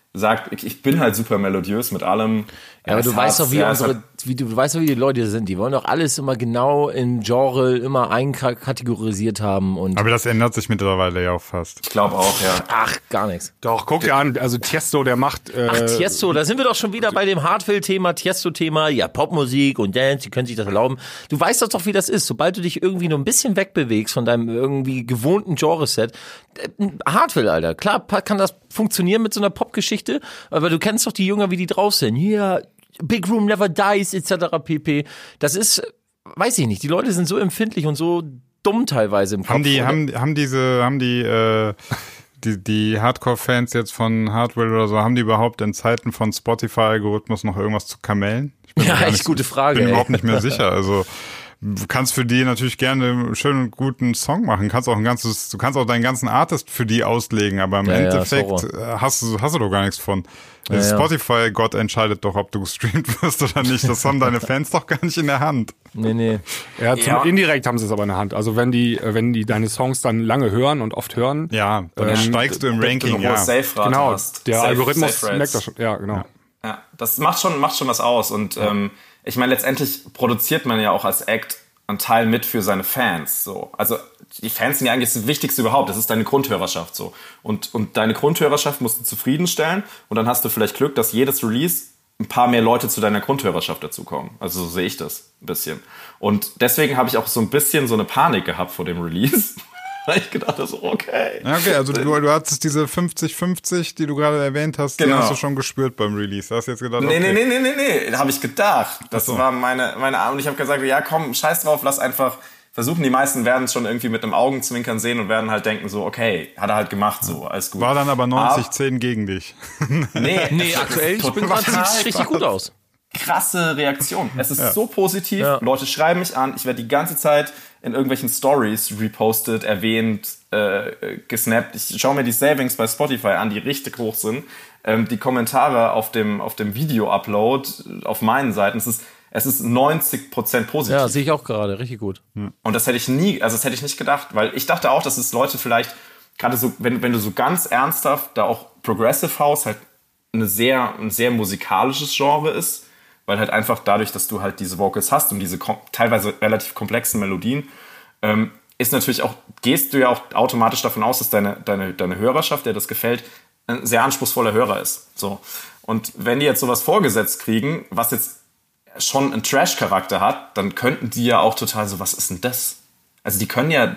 sagt, ich, ich bin halt super melodiös mit allem. Ja, aber du weißt doch, wie ja, unsere, wie du, du weißt doch, wie die Leute sind. Die wollen doch alles immer genau in Genre immer einkategorisiert haben und. Aber das ändert sich mittlerweile ja auch fast. Ich glaube auch, ja. Ach, gar nichts. Doch, guck dir an, also Tiesto, der macht. Äh, Ach, Tiesto, da sind wir doch schon wieder bei dem Hardfield-Thema, Tiesto-Thema, ja, Popmusik und Dance, die können sich das erlauben. Du weißt doch, wie das ist. Sobald du dich irgendwie nur ein bisschen wegbewegst von deinem irgendwie gewohnten Genreset, Hardfield, Alter, klar kann das funktionieren mit so einer Popgeschichte, aber du kennst doch die Jünger, wie die drauf sind. Hier, Big Room Never Dies, et cetera pp. Das ist, weiß ich nicht, die Leute sind so empfindlich und so dumm teilweise im Kopf. Haben die, haben, haben diese, haben die, äh, die, die Hardcore-Fans jetzt von Hardwell oder so, haben die überhaupt in Zeiten von Spotify-Algorithmus noch irgendwas zu kamellen? Ich bin Ja, mir gar echt nicht, gute Frage, bin ey. überhaupt nicht mehr sicher. Also, du kannst für die natürlich gerne einen schönen und guten Song machen. Kannst auch ein ganzes, du kannst auch deinen ganzen Artist für die auslegen, aber im Ja, ja, Endeffekt Horror. hast du, hast du doch gar nichts von. Ja, ja. Spotify-Gott entscheidet doch, ob du gestreamt wirst oder nicht. Das haben deine Fans doch gar nicht in der Hand. Nee, nee. ja, zum, Ja. indirekt haben sie es aber in der Hand. Also wenn die, äh, wenn die deine Songs dann lange hören und oft hören, Ja, dann Ähm, steigst du im Wenn du Ranking, eine hohe ja. Safe-Rate genau, hast. der Safe- Algorithmus Safe Rates. merkt das schon. Ja, genau. Ja, das macht schon, macht schon was aus. Und ähm, ich meine, letztendlich produziert man ja auch als Act einen Teil mit für seine Fans. So. Also die Fans sind ja eigentlich das Wichtigste überhaupt. Das ist deine Grundhörerschaft so. Und, und deine Grundhörerschaft musst du zufriedenstellen. Und dann hast du vielleicht Glück, dass jedes Release ein paar mehr Leute zu deiner Grundhörerschaft dazukommen. Also so sehe ich das ein bisschen. Und deswegen habe ich auch so ein bisschen so eine Panik gehabt vor dem Release. Weil ich gedacht habe, so, okay. Ja, okay, also du, du hattest diese fünfzig fünfzig, die du gerade erwähnt hast, die Genau. hast du schon gespürt beim Release. Da hast du jetzt gedacht, Nee, okay. nee, nee, nee, nee, nee, da habe ich gedacht. Das Ach so. war meine, meine und ich habe gesagt, ja komm, scheiß drauf, lass einfach versuchen. Die meisten werden es schon irgendwie mit einem Augenzwinkern sehen und werden halt denken so, okay, hat er halt gemacht, so, alles gut. War dann aber neunzig zehn gegen dich. Nee, Nee, es- aktuell, ich bin total gerade, sieht richtig gut aus. krasse Reaktion. Es ist so positiv. Ja. Leute schreiben mich an. Ich werde die ganze Zeit in irgendwelchen Stories repostet, erwähnt, äh, gesnappt. Ich schaue mir die Savings bei Spotify an, die richtig hoch sind. Ähm, die Kommentare auf dem, auf dem Video-Upload auf meinen Seiten. Es ist, es ist neunzig Prozent positiv. Ja, sehe ich auch gerade, richtig gut. Und das hätte ich nie, also das hätte ich nicht gedacht, weil ich dachte auch, dass es Leute vielleicht, gerade so, wenn, wenn du so ganz ernsthaft, da auch Progressive House halt eine sehr, ein sehr musikalisches Genre ist, weil halt einfach dadurch, dass du halt diese Vocals hast und diese kom- teilweise relativ komplexen Melodien, ähm, ist natürlich auch, gehst du ja auch automatisch davon aus, dass deine, deine, deine Hörerschaft, der das gefällt, ein sehr anspruchsvoller Hörer ist. So. Und wenn die jetzt sowas vorgesetzt kriegen, was jetzt schon einen Trash-Charakter hat, dann könnten die ja auch total so, was ist denn das? Also die können ja,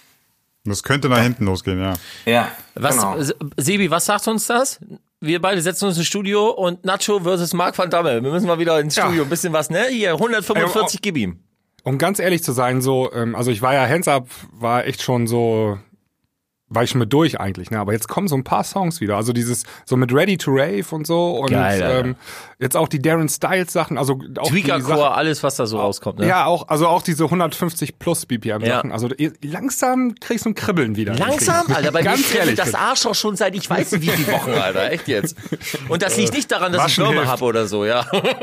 Das könnte nach hinten losgehen, ja. ja, Was, genau. Se- Sebi, was sagt uns das? Wir beide setzen uns ins Studio und Nacho versus Marc van Damme. Wir müssen mal wieder ins Ja. Studio, ein bisschen was, ne? Hier, hundertfünfundvierzig, gib ihm. Um ganz ehrlich zu sein, so, ähm, also ich war ja, Hands Up war echt schon so, war ich schon mit durch eigentlich, ne? Aber jetzt kommen so ein paar Songs wieder. Also dieses, so mit Ready to Rave und so und Geil, Alter. ähm, jetzt auch die Darren Styles Sachen, also auch die Tweaker-Core, Sachen, alles, was da so rauskommt, ne? ja, auch, also auch diese hundertfünfzig plus B P M Sachen. Ja. Also langsam kriegst du ein Kribbeln wieder. Langsam, Alter, bei mir Ganz kribbelt ehrlich. das Arsch auch schon seit ich weiß wie viele Wochen, Alter, echt jetzt. Und das liegt nicht daran, dass ich Waschen Würmer hilft. habe oder so, ja.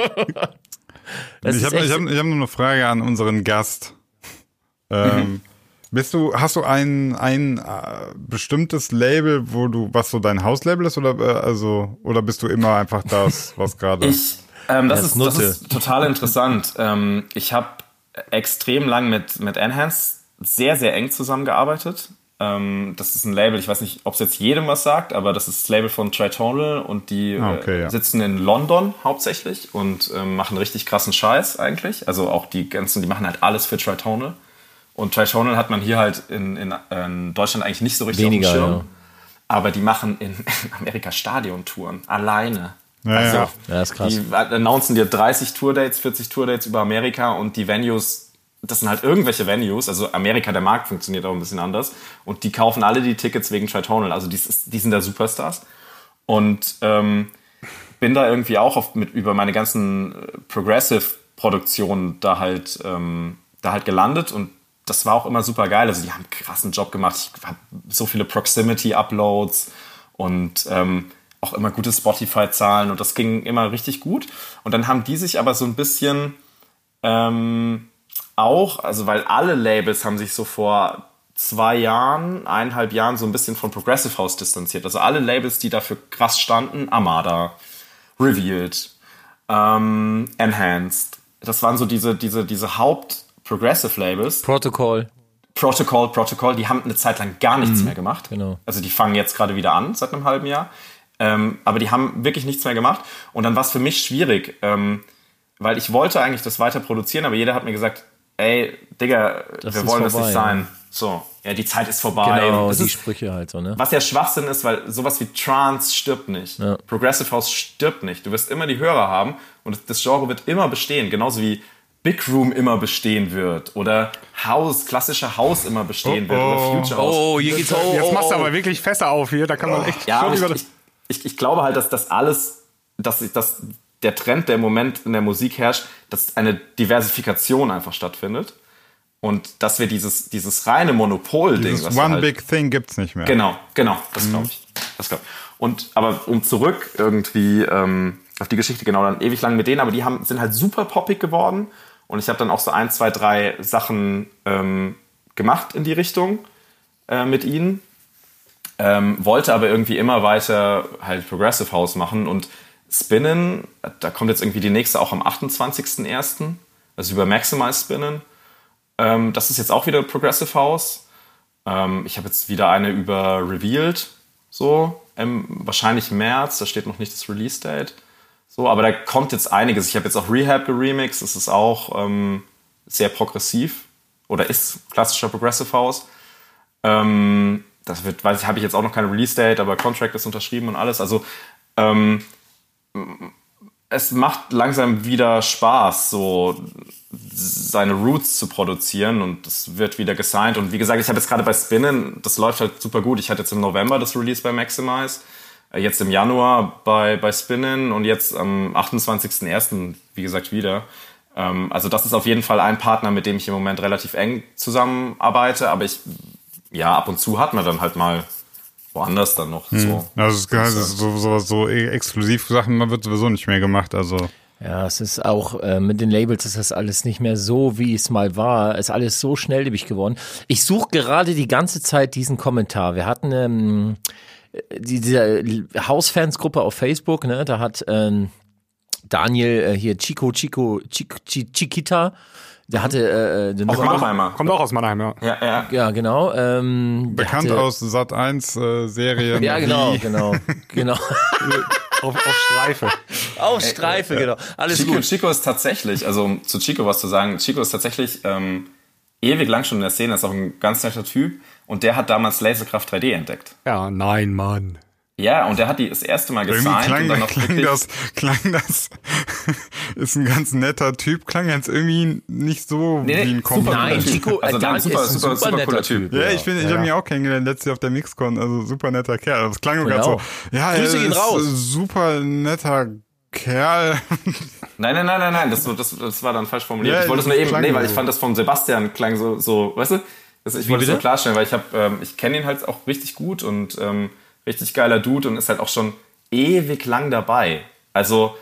Das Ich ist habe echt- ich hab, ich hab nur eine Frage an unseren Gast. Ähm, bist du, hast du ein, ein äh, bestimmtes Label, wo du, was so dein Hauslabel ist, oder äh, also, oder bist du immer einfach das, was gerade? Ich, ähm, das, Das ist, das Nutte. ist total interessant. ähm, ich habe extrem lang mit, mit Enhance sehr, sehr eng zusammengearbeitet. Ähm, das ist ein Label, ich weiß nicht, ob es jetzt jedem was sagt, aber das ist das Label von Tritonal und die Ah, okay, äh, ja. sitzen in London hauptsächlich und ähm, machen richtig krassen Scheiß eigentlich. Also auch die ganzen, die machen halt alles für Tritonal. Und Tritonal hat man hier halt in, in, in Deutschland eigentlich nicht so richtig Weniger, auf dem Schirm. ja. Aber die machen in Amerika Stadiontouren alleine. Ja, also, ja. Ja, ist krass. Die announcen dir dreißig Tourdates, vierzig Tourdates über Amerika und die Venues, das sind halt irgendwelche Venues. Also Amerika, der Markt funktioniert auch ein bisschen anders. Und die kaufen alle die Tickets wegen Tritonal. Also die, ist- die sind da Superstars. Und ähm, bin da irgendwie auch auf, mit, über meine ganzen äh, Progressive-Produktionen da halt, ähm, da halt gelandet und das war auch immer super geil. Also die haben einen krassen Job gemacht. Ich habe so viele Proximity-Uploads und ähm, auch immer gute Spotify-Zahlen und das ging immer richtig gut. Und dann haben die sich aber so ein bisschen ähm, auch, also weil alle Labels haben sich so vor zwei Jahren, eineinhalb Jahren so ein bisschen von Progressive House distanziert. Also alle Labels, die dafür krass standen, Armada, Revealed, ähm, Enhanced, das waren so diese, diese, diese Haupt-Progressive-Labels. Protocol. Protocol, Protocol, die haben eine Zeit lang gar nichts mhm, mehr gemacht. Genau. Also die fangen jetzt gerade wieder an, seit einem halben Jahr. Ähm, aber die haben wirklich nichts mehr gemacht. Und dann war es für mich schwierig, ähm, weil ich wollte eigentlich das weiter produzieren, aber jeder hat mir gesagt, ey, Digga, das wir wollen vorbei, das nicht sein. Ja. So, ja, die Zeit ist vorbei. Genau, das die ist, Sprüche halt so, ne? Was ja Schwachsinn ist, weil sowas wie Trance stirbt nicht. Ja. Progressive House stirbt nicht. Du wirst immer die Hörer haben und das Genre wird immer bestehen. Genauso wie Big Room immer bestehen wird oder House, klassischer House immer bestehen oh, wird oder oh. Future House. Oh, hier geht's oh, Jetzt machst du oh, aber wirklich Fässer auf hier, da kann man echt ja, schon ich, über das... ich, ich, ich glaube halt, dass das alles, dass, dass der Trend, der im Moment in der Musik herrscht, dass eine Diversifikation einfach stattfindet. Und dass wir dieses, dieses reine Monopol-Ding... Dieses One halt, Big Thing gibt's nicht mehr. Genau, genau, das glaube ich. Das glaub ich. Und, aber um zurück irgendwie ähm, auf die Geschichte, genau, dann ewig lang mit denen, aber die haben, sind halt super poppig geworden. Und ich habe dann auch so ein, zwei, drei Sachen ähm, gemacht in die Richtung äh, mit ihnen. Ähm, wollte aber irgendwie immer weiter halt Progressive House machen. Und Spinnen, da kommt jetzt irgendwie die nächste auch am achtundzwanzigsten ersten Also über Maximize Spinnen. Ähm, das ist jetzt auch wieder Progressive House. Ähm, ich habe jetzt wieder eine über Revealed, so, ähm, wahrscheinlich im März, da steht noch nicht das Release-Date. So, aber da kommt jetzt einiges. Ich habe jetzt auch Rehab geremixed, das ist auch ähm, sehr progressiv oder ist klassischer Progressive House. Ähm, das wird, weiß ich, habe ich jetzt auch noch kein Release-Date, aber Contract ist unterschrieben und alles. Also ähm, es macht langsam wieder Spaß, so seine Roots zu produzieren und das wird wieder gesigned. Und wie gesagt, ich habe jetzt gerade bei Spinnen, das läuft halt super gut. Ich hatte jetzt im November das Release bei Maximize, jetzt im Januar bei, bei Spinnen und jetzt am achtundzwanzigsten ersten wie gesagt wieder. Also das ist auf jeden Fall ein Partner, mit dem ich im Moment relativ eng zusammenarbeite, aber ich, ja, ab und zu hat man dann halt mal woanders dann noch. So. Also es ist so, so, so Exklusivsachen, man wird sowieso nicht mehr gemacht, also... Ja, es ist auch, äh, mit den Labels ist das alles nicht mehr so, wie es mal war. Es ist alles so schnelllebig geworden. Ich suche gerade die ganze Zeit diesen Kommentar. Wir hatten ähm, die, diese Hausfans-Gruppe auf Facebook, ne? Da hat ähm, Daniel äh, hier Chico, Chico, Chico, Chiquita, der hatte äh, den aus Mannheimer. Kommt auch aus Mannheim, ja. Ja, ja. Ja, genau. Ähm, Bekannt hatte, aus Sat eins äh, Serien. Ja, genau, wie genau, genau. auf, auf Streife. Auf Streife, genau. Alles Chico, gut. Chico ist tatsächlich, also um zu Chico was zu sagen, Chico ist tatsächlich ähm, ewig lang schon in der Szene, ist auch ein ganz netter Typ und der hat damals Laserkraft drei D entdeckt. Ja, nein, Mann. Ja, und der hat die das erste Mal irgendwie gesigned klang, und dann noch klang wirklich... das, klang das, ist ein ganz netter Typ, klang jetzt irgendwie nicht so Nee, nee, wie ein super Kompliment. Nein, Typ. Chico, Also äh, dann Dan super, ist ein super, super netter cooler Typ. Ja, ich finde, ich Ja. habe ihn auch kennengelernt letztes Jahr auf der Mixcon, also super netter Kerl. Das klang gerade Genau. so, ja, er Grüße gehen ist raus. super netter Kerl. Nein, nein, nein, nein, nein, das, das, das war dann falsch formuliert. Ja, ich wollte es nur das eben, klang nee, weil ich so. fand das vom Sebastian klang so, so, weißt du? Das, ich wollte es bitte? nur klarstellen, weil ich habe, ähm, ich kenne ihn halt auch richtig gut und ähm, richtig geiler Dude und ist halt auch schon ewig lang dabei. Also,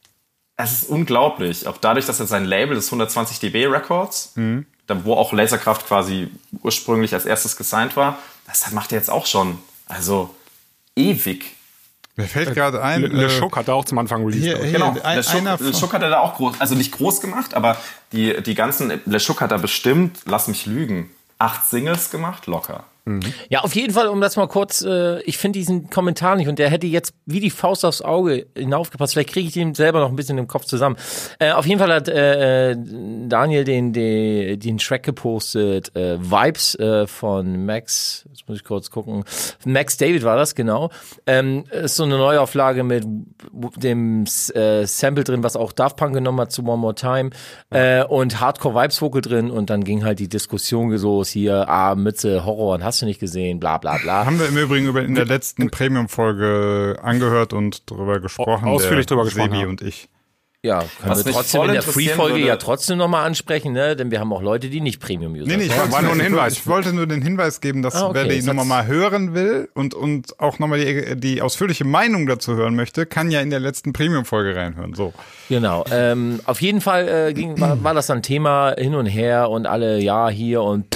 es ist unglaublich. Auch dadurch, dass er sein Label, das hundertzwanzig DB Records, Mhm. da, wo auch Laserkraft quasi ursprünglich als erstes gesigned war, das macht er jetzt auch schon. Also, ewig. Mir fällt gerade ein, Le, Le äh, Choc hat er auch zum Anfang released. hier, glaub ich. hier, Genau, ein, Le Choc, einer Le von- Choc hat er da auch groß, also nicht groß gemacht, aber die, die ganzen, Le Choc hat er bestimmt, lass mich lügen, acht Singles gemacht, locker. Ja, auf jeden Fall, um das mal kurz, äh, ich finde diesen Kommentar nicht und der hätte jetzt wie die Faust aufs Auge hinaufgepasst. Vielleicht kriege ich den selber noch ein bisschen im Kopf zusammen. Äh, auf jeden Fall hat äh, Daniel den, den, den Track gepostet, äh, Vibes äh, von Max, jetzt muss ich kurz gucken, Max David war das, genau. Ähm, ist so eine Neuauflage mit dem äh, Sample drin, was auch Daft Punk genommen hat zu One More Time äh, und Hardcore Vibes Vocal drin und dann ging halt die Diskussion los hier, ah, Mütze, Horror und hast du nicht gesehen, bla bla bla. Haben wir im Übrigen über, in der letzten Premium-Folge angehört und drüber gesprochen. ausführlich der drüber gesprochen, Sebi ja. und ich. Ja, können Was wir mich trotzdem voll in der interessieren Free-Folge würde- ja trotzdem nochmal ansprechen, ne? Denn wir haben auch Leute, die nicht Premium-User Nee, nee, ich, sind. wollte war nur ein Hinweis. Ich wollte nur den Hinweis geben, dass Ah, okay. wer die Das Nummer hat's- mal hören will und, und auch nochmal die, die ausführliche Meinung dazu hören möchte, kann ja in der letzten Premium-Folge reinhören. So. Genau. Ähm, auf jeden Fall äh, ging, war, war das dann Thema hin und her und alle, ja, hier und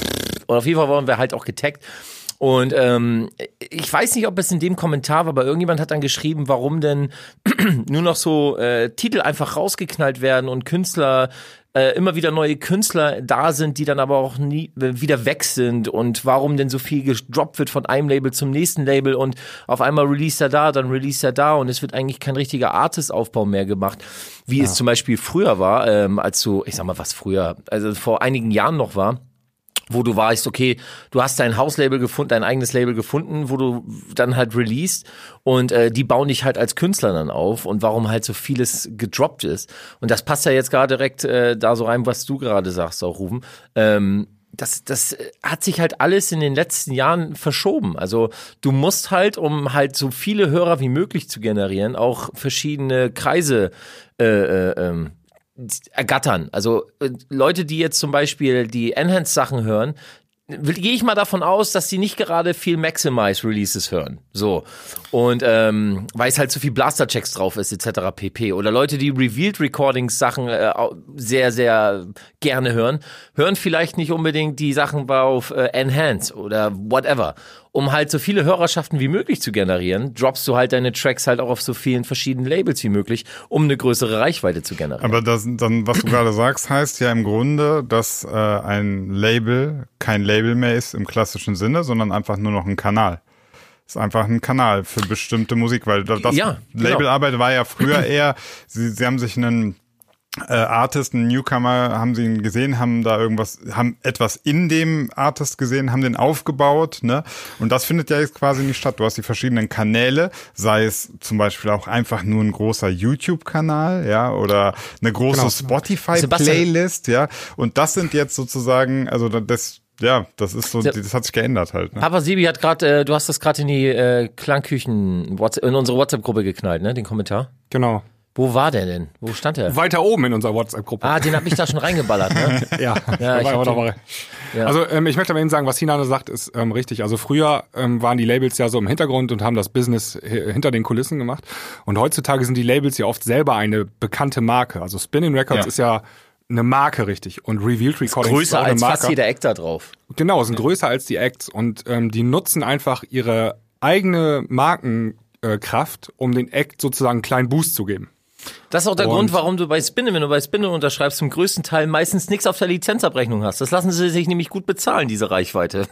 auf jeden Fall wurden wir halt auch getaggt. Und ähm, ich weiß nicht, ob es in dem Kommentar war, aber irgendjemand hat dann geschrieben, warum denn nur noch so äh, Titel einfach rausgeknallt werden und Künstler äh, immer wieder neue Künstler da sind, die dann aber auch nie äh, wieder weg sind und warum denn so viel gedroppt wird von einem Label zum nächsten Label und auf einmal release er da, dann release er da und es wird eigentlich kein richtiger Artist-Aufbau mehr gemacht, wie ja. es zum Beispiel früher war, ähm, als so, ich sag mal, was früher, also vor einigen Jahren noch war, wo du weißt, okay, du hast dein Hauslabel gefunden, dein eigenes Label gefunden, wo du dann halt released und äh, die bauen dich halt als Künstler dann auf und warum halt so vieles gedroppt ist. Und das passt ja jetzt gerade direkt äh, da so rein, was du gerade sagst, auch Ruben. Ähm, das, das hat sich halt alles in den letzten Jahren verschoben. Also du musst halt, um halt so viele Hörer wie möglich zu generieren, auch verschiedene Kreise äh, äh, ähm, ergattern. Also äh, Leute, die jetzt zum Beispiel die Enhanced-Sachen hören, gehe ich mal davon aus, dass die nicht gerade viel Maximize-Releases hören. So. Und ähm, weil es halt so viel Blaster-Checks drauf ist, et cetera pp. Oder Leute, die Revealed-Recordings-Sachen äh, sehr, sehr gerne hören, hören vielleicht nicht unbedingt die Sachen auf äh, Enhanced oder whatever. Um halt so viele Hörerschaften wie möglich zu generieren, droppst du halt deine Tracks halt auch auf so vielen verschiedenen Labels wie möglich, um eine größere Reichweite zu generieren. Aber das, dann, was du gerade sagst, heißt ja im Grunde, dass äh, ein Label kein Label mehr ist im klassischen Sinne, sondern einfach nur noch ein Kanal. Ist einfach ein Kanal für bestimmte Musik, weil das ja, genau. Labelarbeit war ja früher eher, sie, sie haben sich einen Äh, Artist, ein Newcomer, haben sie ihn gesehen, haben da irgendwas, haben etwas in dem Artist gesehen, haben den aufgebaut, ne? Und das findet ja jetzt quasi nicht statt. Du hast die verschiedenen Kanäle, sei es zum Beispiel auch einfach nur ein großer YouTube-Kanal, ja, oder eine große genau. Spotify-Playlist, ja. Und das sind jetzt sozusagen, also das, ja, das ist so, das hat sich geändert halt. Ne? Aber Sebi hat gerade, äh, du hast das gerade in die äh, Klangküchen, in unsere WhatsApp-Gruppe geknallt, ne? Den Kommentar. Genau. Wo war der denn? Wo stand der? Weiter oben in unserer WhatsApp-Gruppe. Ah, den hab ich da schon reingeballert, ne? ja, ja ich war den, dabei. Ja. Also ähm, ich möchte aber Ihnen sagen, was Hinane sagt, ist ähm, richtig. Also früher ähm, waren die Labels ja so im Hintergrund und haben das Business h- hinter den Kulissen gemacht. Und heutzutage sind die Labels ja oft selber eine bekannte Marke. Also Spinnin' Records ja. ist ja eine Marke, richtig. Und Revealed Recordings ist größer ist als Marke. Fast jeder Act da drauf. Genau, sind größer als die Acts. Und ähm, die nutzen einfach ihre eigene Markenkraft, um den Act sozusagen einen kleinen Boost zu geben. Das ist auch der und Grund, warum du bei Spinnin', wenn du bei Spinnin' unterschreibst, zum größten Teil meistens nichts auf der Lizenzabrechnung hast. Das lassen sie sich nämlich gut bezahlen, diese Reichweite.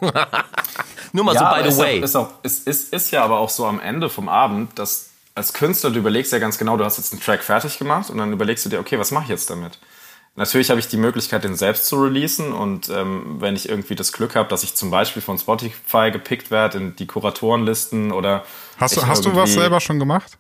Nur mal ja, so by the way. Ist, auch, ist, ist, ist ja aber auch so am Ende vom Abend, dass als Künstler, du überlegst ja ganz genau, du hast jetzt einen Track fertig gemacht und dann überlegst du dir, okay, was mache ich jetzt damit? Natürlich habe ich die Möglichkeit, den selbst zu releasen und ähm, wenn ich irgendwie das Glück habe, dass ich zum Beispiel von Spotify gepickt werde in die Kuratorenlisten oder... Hast du, hast du was selber schon gemacht?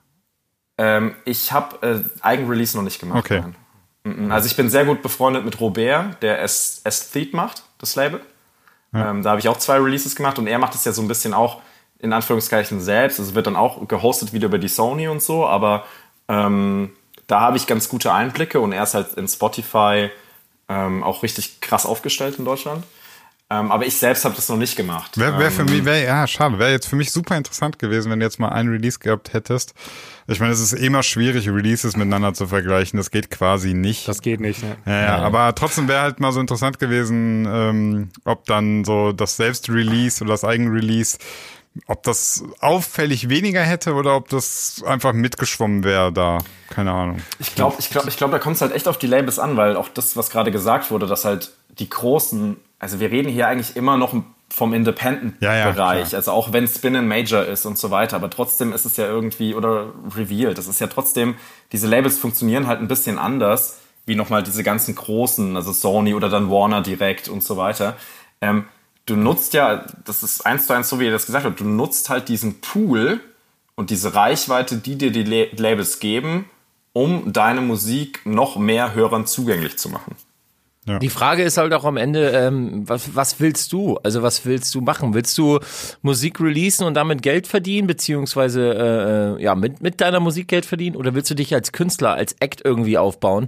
Ähm, ich habe äh, Eigenrelease noch nicht gemacht. Okay. Nein. Also ich bin sehr gut befreundet mit Robert, der Aesthete macht, das Label. Ja. Ähm, da habe ich auch zwei Releases gemacht und er macht es ja so ein bisschen auch in Anführungszeichen selbst. Es wird dann auch gehostet wieder über die Sony und so, aber ähm, da habe ich ganz gute Einblicke und er ist halt in Spotify ähm, auch richtig krass aufgestellt in Deutschland. Ähm, aber ich selbst habe das noch nicht gemacht. Wäre wär ähm, für mich, wär, ja, schade, wäre jetzt für mich super interessant gewesen, wenn du jetzt mal einen Release gehabt hättest. Ich meine, es ist immer schwierig, Releases miteinander zu vergleichen. Das geht quasi nicht. Das geht nicht, ne? Ja, ja, ja. Aber trotzdem wäre halt mal so interessant gewesen, ähm, ob dann so das Selbst-Release oder das Eigen-Release, ob das auffällig weniger hätte oder ob das einfach mitgeschwommen wäre da. Keine Ahnung. Ich glaube, ich glaube, ich glaube, da kommt es halt echt auf die Labels an, weil auch das, was gerade gesagt wurde, dass halt die großen, also wir reden hier eigentlich immer noch vom Independent-Bereich, ja, ja, also auch wenn Spinnin' Major ist und so weiter, aber trotzdem ist es ja irgendwie, oder Revealed, das ist ja trotzdem, diese Labels funktionieren halt ein bisschen anders, wie nochmal diese ganzen großen, also Sony oder dann Warner direkt und so weiter. Ähm, du nutzt ja, das ist eins zu eins so, wie ihr das gesagt habt, du nutzt halt diesen Pool und diese Reichweite, die dir die La- Labels geben, um deine Musik noch mehr Hörern zugänglich zu machen. Ja. Die Frage ist halt auch am Ende, ähm, was, was willst du? Also was willst du machen? Willst du Musik releasen und damit Geld verdienen, beziehungsweise äh, ja mit mit deiner Musik Geld verdienen? Oder willst du dich als Künstler, als Act irgendwie aufbauen?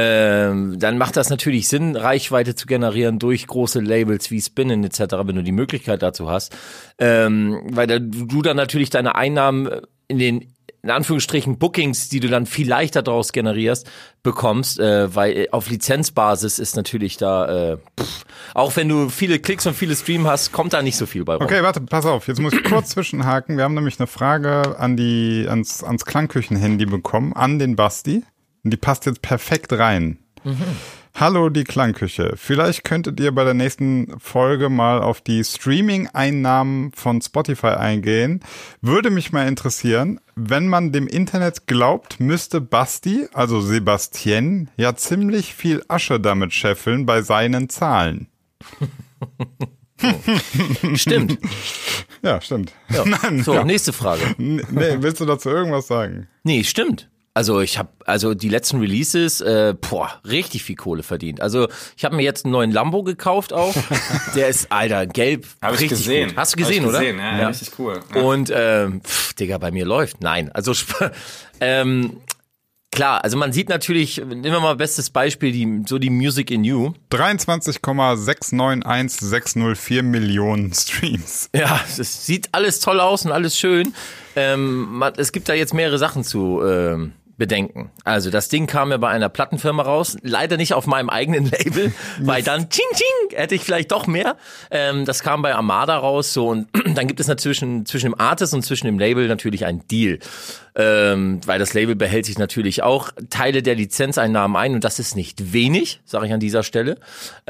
Ähm, dann macht das natürlich Sinn, Reichweite zu generieren durch große Labels wie Spinnin' et cetera, wenn du die Möglichkeit dazu hast. Ähm, weil da, du dann natürlich deine Einnahmen in den in Anführungsstrichen Bookings, die du dann viel leichter daraus generierst, bekommst, äh, weil auf Lizenzbasis ist natürlich da, äh, pff, auch wenn du viele Klicks und viele Streams hast, kommt da nicht so viel bei rum. Okay, warte, pass auf, jetzt muss ich kurz zwischenhaken. Wir haben nämlich eine Frage an die, ans, ans Klangküchen-Handy bekommen, an den Basti. Und die passt jetzt perfekt rein. Mhm. Hallo, die Klangküche. Vielleicht könntet ihr bei der nächsten Folge mal auf die Streaming-Einnahmen von Spotify eingehen. Würde mich mal interessieren. Wenn man dem Internet glaubt, müsste Basti, also Sebastien, ja ziemlich viel Asche damit scheffeln bei seinen Zahlen. Stimmt. Ja, stimmt. Ja. So, ja. Nächste Frage. Nee, willst du dazu irgendwas sagen? Nee, stimmt. Also ich habe also die letzten Releases, äh, boah, richtig viel Kohle verdient. Also ich habe mir jetzt einen neuen Lambo gekauft auch. Der ist, Alter, gelb. Habe ich gesehen. Gut. Hast du gesehen, Hab ich oder? Gesehen, ja, ja. Richtig cool. Ja. Und ähm, pff, Digga, bei mir läuft. Nein, also ähm, klar, also man sieht natürlich, nehmen wir mal bestes Beispiel, die, so die Music in You. dreiundzwanzig Komma sechs neun eins sechs null vier Millionen Streams. Ja, es sieht alles toll aus und alles schön. Ähm, man, es gibt da jetzt mehrere Sachen zu ähm, bedenken. Also das Ding kam ja bei einer Plattenfirma raus, leider nicht auf meinem eigenen Label, weil dann ching ching hätte ich vielleicht doch mehr. Ähm, das kam bei Armada raus, so, und dann gibt es natürlich zwischen dem Artist und zwischen dem Label natürlich einen Deal, ähm, weil das Label behält sich natürlich auch Teile der Lizenzeinnahmen ein und das ist nicht wenig, sage ich an dieser Stelle.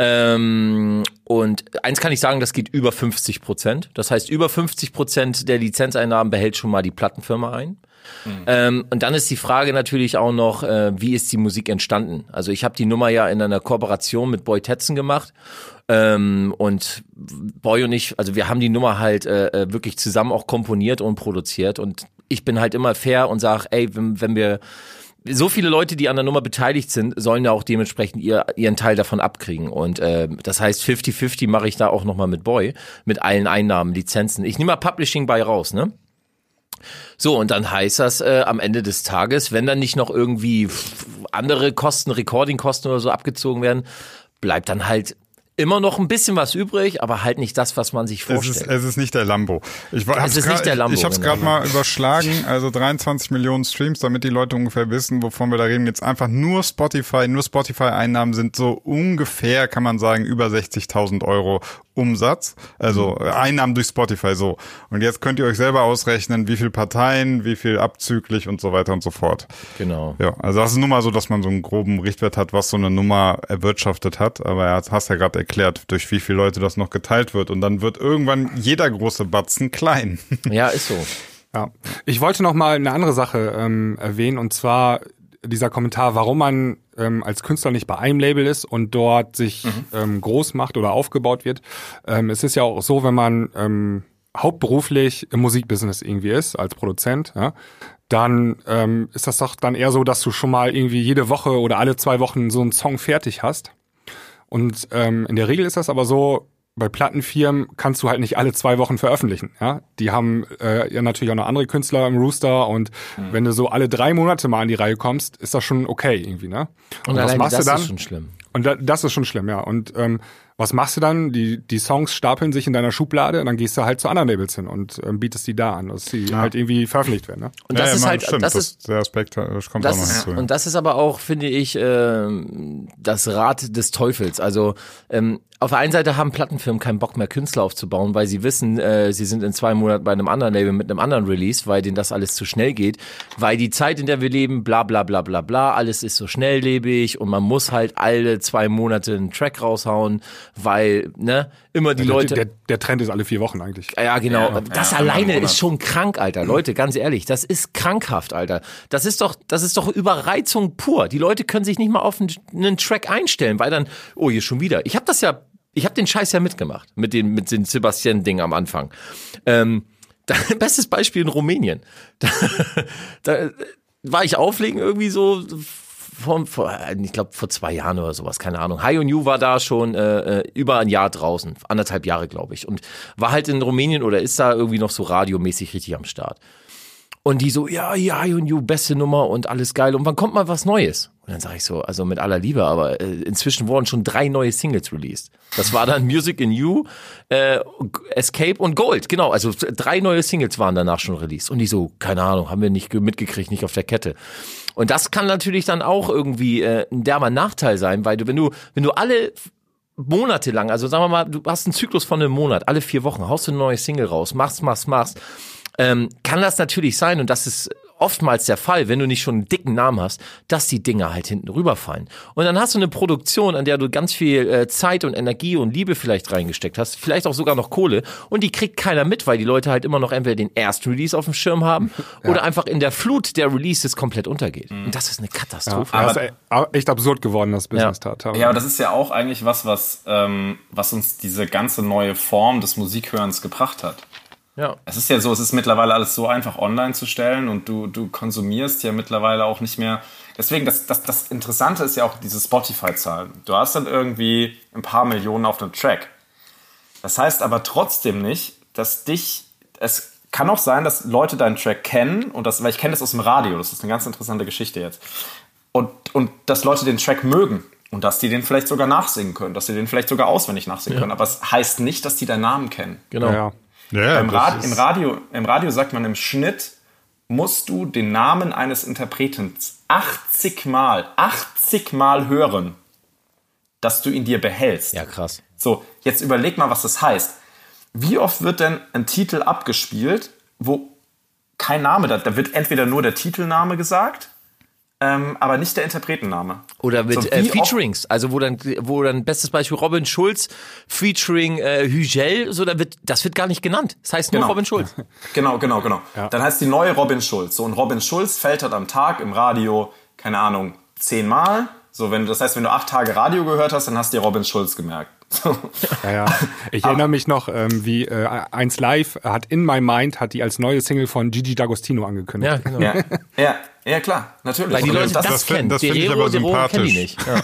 Ähm, und eins kann ich sagen, das geht über fünfzig Prozent. Das heißt, über fünfzig Prozent der Lizenzeinnahmen behält schon mal die Plattenfirma ein. Mhm. Ähm, und dann ist die Frage natürlich auch noch, äh, wie ist die Musik entstanden? Also ich habe die Nummer ja in einer Kooperation mit Boy Tetzen gemacht, ähm, und Boy und ich, also wir haben die Nummer halt äh, wirklich zusammen auch komponiert und produziert und ich bin halt immer fair und sage, ey, wenn, wenn wir so viele Leute, die an der Nummer beteiligt sind, sollen ja auch dementsprechend ihr, ihren Teil davon abkriegen. Und äh, das heißt, fünfzig fünfzig mache ich da auch nochmal mit Boy, mit allen Einnahmen, Lizenzen. Ich nehme mal Publishing bei raus, ne? So, und dann heißt das äh, am Ende des Tages, wenn dann nicht noch irgendwie andere Kosten, Recording-Kosten oder so abgezogen werden, bleibt dann halt immer noch ein bisschen was übrig, aber halt nicht das, was man sich vorstellt. Es ist, es ist nicht der Lambo. Ich hab's es ist nicht der Lambo. Ich, ich habe es gerade genau. mal überschlagen, also dreiundzwanzig Millionen Streams, damit die Leute ungefähr wissen, wovon wir da reden. Jetzt einfach nur Spotify, nur Spotify-Einnahmen sind so ungefähr, kann man sagen, über sechzigtausend Euro Umsatz, also mhm. Einnahmen durch Spotify, so. Und jetzt könnt ihr euch selber ausrechnen, wie viel Parteien, wie viel abzüglich und so weiter und so fort. Genau. Ja, also das ist nur mal so, dass man so einen groben Richtwert hat, was so eine Nummer erwirtschaftet hat. Aber er hast ja gerade erklärt, durch wie viele Leute das noch geteilt wird. Und dann wird irgendwann jeder große Batzen klein. Ja, ist so. Ja. Ich wollte noch mal eine andere Sache ähm, erwähnen, und zwar dieser Kommentar, warum man ähm, als Künstler nicht bei einem Label ist und dort sich mhm. ähm, groß macht oder aufgebaut wird. Ähm, es ist ja auch so, wenn man ähm, hauptberuflich im Musikbusiness irgendwie ist, als Produzent, ja, dann ähm, ist das doch dann eher so, dass du schon mal irgendwie jede Woche oder alle zwei Wochen so einen Song fertig hast. Und ähm, in der Regel ist das aber so, bei Plattenfirmen kannst du halt nicht alle zwei Wochen veröffentlichen. Ja, die haben äh, ja natürlich auch noch andere Künstler im Rooster und mhm. wenn du so alle drei Monate mal an die Reihe kommst, ist das schon okay irgendwie, ne? Und, und was machst das du dann? Ist schon schlimm. Und da, das ist schon schlimm, ja. Und ähm, was machst du dann? Die die Songs stapeln sich in deiner Schublade und dann gehst du halt zu anderen Labels hin und ähm, bietest die da an, dass die ja. halt irgendwie veröffentlicht werden. Ne? Und das ja, ist ja, halt, stimmt, das, das ist der Aspekt, das kommt das auch noch ist, hinzu. Und das ist aber auch, finde ich, äh, das Rad des Teufels. Also ähm, auf der einen Seite haben Plattenfirmen keinen Bock mehr, Künstler aufzubauen, weil sie wissen, äh, sie sind in zwei Monaten bei einem anderen Label mit einem anderen Release, weil denen das alles zu schnell geht, weil die Zeit, in der wir leben, bla bla bla bla bla, alles ist so schnelllebig und man muss halt alle zwei Monate einen Track raushauen, weil, ne, immer die ja, der, Leute... Der, der Trend ist alle vier Wochen eigentlich. Ja, genau. Ja, das ja, alleine ist schon krank, Alter. Leute, ganz ehrlich, das ist krankhaft, Alter. Das ist doch, das ist doch Überreizung pur. Die Leute können sich nicht mal auf einen, einen Track einstellen, weil dann, oh, hier schon wieder. Ich habe das ja, ich habe den Scheiß ja mitgemacht mit den, mit den Sebastian-Ding am Anfang. Ähm, da, bestes Beispiel in Rumänien. Da, da war ich auflegen irgendwie so vor, vor ich glaube vor zwei Jahren oder sowas, keine Ahnung. High on You war da schon äh, über ein Jahr draußen, anderthalb Jahre, glaube ich. Und war halt in Rumänien oder ist da irgendwie noch so radiomäßig richtig am Start. Und die so, ja, ja, I und You, beste Nummer und alles geil. Und wann kommt mal was Neues? Und dann sage ich so, also mit aller Liebe, aber äh, inzwischen wurden schon drei neue Singles released. Das war dann Music in You, äh, Escape und Gold. Genau, also drei neue Singles waren danach schon released. Und die so, keine Ahnung, haben wir nicht mitgekriegt, nicht auf der Kette. Und das kann natürlich dann auch irgendwie äh, ein derber Nachteil sein, weil du, wenn du, wenn du alle Monate lang, also sagen wir mal, du hast einen Zyklus von einem Monat, alle vier Wochen, haust du eine neue Single raus, machst, machst, machst, ähm, kann das natürlich sein, und das ist oftmals der Fall, wenn du nicht schon einen dicken Namen hast, dass die Dinger halt hinten rüberfallen. Und dann hast du eine Produktion, an der du ganz viel äh, Zeit und Energie und Liebe vielleicht reingesteckt hast, vielleicht auch sogar noch Kohle, und die kriegt keiner mit, weil die Leute halt immer noch entweder den Erstrelease auf dem Schirm haben ja. oder einfach in der Flut der Releases komplett untergeht. Mhm. Und das ist eine Katastrophe. Ja, aber das ist echt absurd geworden, das Business ja. tat. Ja, aber das ist ja auch eigentlich was, was, ähm, was uns diese ganze neue Form des Musikhörens gebracht hat. Ja. Es ist ja so, es ist mittlerweile alles so einfach online zu stellen, und du, du konsumierst ja mittlerweile auch nicht mehr. Deswegen, das, das, das Interessante ist ja auch diese Spotify-Zahlen. Du hast dann irgendwie ein paar Millionen auf einem Track. Das heißt aber trotzdem nicht, dass dich, es kann auch sein, dass Leute deinen Track kennen, und das, weil ich kenne das aus dem Radio, das ist eine ganz interessante Geschichte jetzt. Und, und dass Leute den Track mögen. Und dass die den vielleicht sogar nachsingen können, dass die den vielleicht sogar auswendig nachsingen ja. können. Aber es heißt nicht, dass die deinen Namen kennen. Genau. Ja. Ja, Beim Rad, im, Radio, Im Radio sagt man, im Schnitt musst du den Namen eines Interpreten achtzig Mal, achtzig Mal hören, dass du ihn dir behältst. Ja, krass. So, jetzt überleg mal, was das heißt. Wie oft wird denn ein Titel abgespielt, wo kein Name da, da wird entweder nur der Titelname gesagt, Ähm, aber nicht der Interpretenname. Oder mit so, äh, Featurings, also wo dann, wo dann bestes Beispiel Robin Schulz featuring äh, Hügel, so da wird, das wird gar nicht genannt. Das heißt nur genau. Robin Schulz. Genau, genau, genau. Ja. Dann heißt die neue Robin Schulz. So, und Robin Schulz fällt halt am Tag im Radio, keine Ahnung, zehnmal. So, wenn, das heißt, wenn du acht Tage Radio gehört hast, dann hast du dir Robin Schulz gemerkt. Ja, ja. Ich erinnere mich noch, ähm, wie äh, eins Live hat In My Mind hat die als neue Single von Gigi D'Agostino angekündigt. Ja, genau. Ja, ja, ja, klar, natürlich. Weil die Leute das, das, das kennen. Das finde ich aber sympathisch. Kennen die nicht. Ja.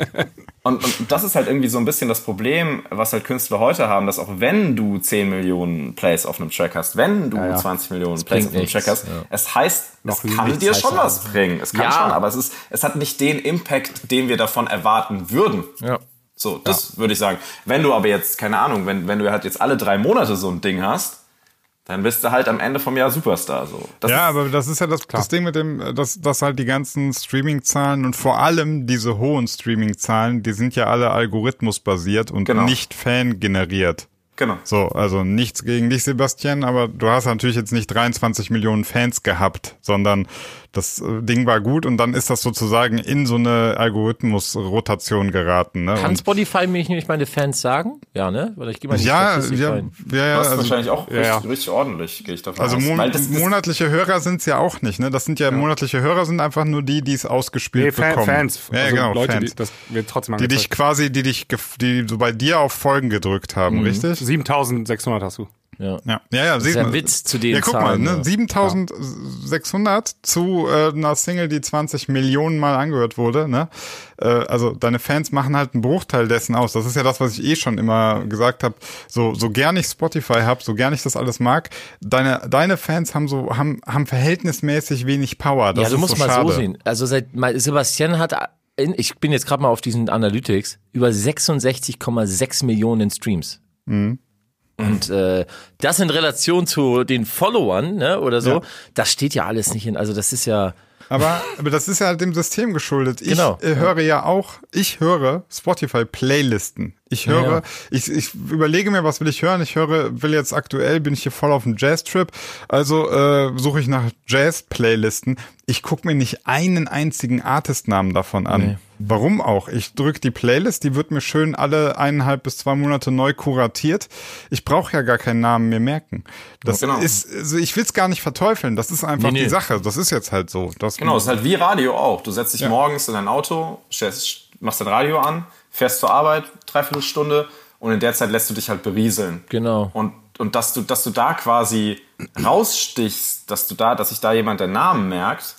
Und, und das ist halt irgendwie so ein bisschen das Problem, was halt Künstler heute haben, dass auch wenn du zehn Millionen Plays auf einem Track hast, wenn du ja, ja. zwanzig Millionen das Plays auf einem Track hast, ja. es heißt, noch es kann dir schon was bringen. Es kann ja. schon, aber es ist, es hat nicht den Impact, den wir davon erwarten würden. Ja. So, das ja. würde ich sagen. Wenn du aber jetzt, keine Ahnung, wenn, wenn du halt jetzt alle drei Monate so ein Ding hast, dann bist du halt am Ende vom Jahr Superstar. So. Das ja, ist, aber das ist ja das, das Ding mit dem, dass, dass halt die ganzen Streaming-Zahlen und vor allem diese hohen Streaming-Zahlen, die sind ja alle algorithmusbasiert und genau. nicht fan-generiert. Genau. So, also nichts gegen dich, Sebastian, aber du hast natürlich jetzt nicht dreiundzwanzig Millionen Fans gehabt, sondern das Ding war gut, und dann ist das sozusagen in so eine Algorithmus-Rotation geraten. Ne? Kann und Spotify mir nicht meine Fans sagen? Ja, ne? Oder ich gehe mal in die ja, Statistik ja, rein. ja, ja, das ist also, wahrscheinlich auch ja, richtig, ja. richtig ordentlich, gehe ich davon also aus. mon Weil das, das monatliche Hörer sind es ja auch nicht, ne? Das sind ja, ja monatliche Hörer sind einfach nur die, die es ausgespielt nee, Fan, bekommen. Fans, ja, also genau, Leute, Fans. Die, das wird trotzdem die dich quasi, die dich, die so bei dir auf Folgen gedrückt haben, mhm. richtig? siebentausendsechshundert hast du. Ja, ja, ja, ja, das ist ja ein Witz zu den Ja, guck Zahlen, mal, ne? ja. siebentausendsechshundert zu äh, einer Single, die zwanzig Millionen Mal angehört wurde, ne? Äh, also deine Fans machen halt einen Bruchteil dessen aus. Das ist ja das, was ich eh schon immer gesagt habe. So so gern ich Spotify habe, so gern ich das alles mag, deine deine Fans haben so haben haben verhältnismäßig wenig Power. Das ja, du ist musst so mal schade. so sehen. Also seit Sebastian hat, ich bin jetzt gerade mal auf diesen Analytics, über sechsundsechzig Komma sechs Millionen Streams. Mhm. Und äh, das in Relation zu den Followern, ne, oder so, ja. das steht ja alles nicht hin. Also das ist ja... Aber, aber das ist ja dem System geschuldet. Ich genau. äh, höre ja auch, ich höre Spotify-Playlisten. Ich höre, ja, ja. ich, ich überlege mir, was will ich hören. Ich höre, will jetzt aktuell, bin ich hier voll auf dem Jazz-Trip. Also äh, suche ich nach Jazz-Playlisten. Ich gucke mir nicht einen einzigen Artistnamen davon an. Nee. Warum auch? Ich drücke die Playlist, die wird mir schön alle eineinhalb bis zwei Monate neu kuratiert. Ich brauche ja gar keinen Namen mehr merken. Das genau. ist, also ich will es gar nicht verteufeln. Das ist einfach nee, nee. die Sache. Das ist jetzt halt so. Das genau, das ist halt wie Radio auch. Du setzt dich ja. morgens in dein Auto, machst dein Radio an, fährst zur Arbeit, dreiviertel Stunde, und in der Zeit lässt du dich halt berieseln. Genau. Und, und dass du, dass du da quasi rausstichst, dass du da, dass sich da jemand den Namen merkt,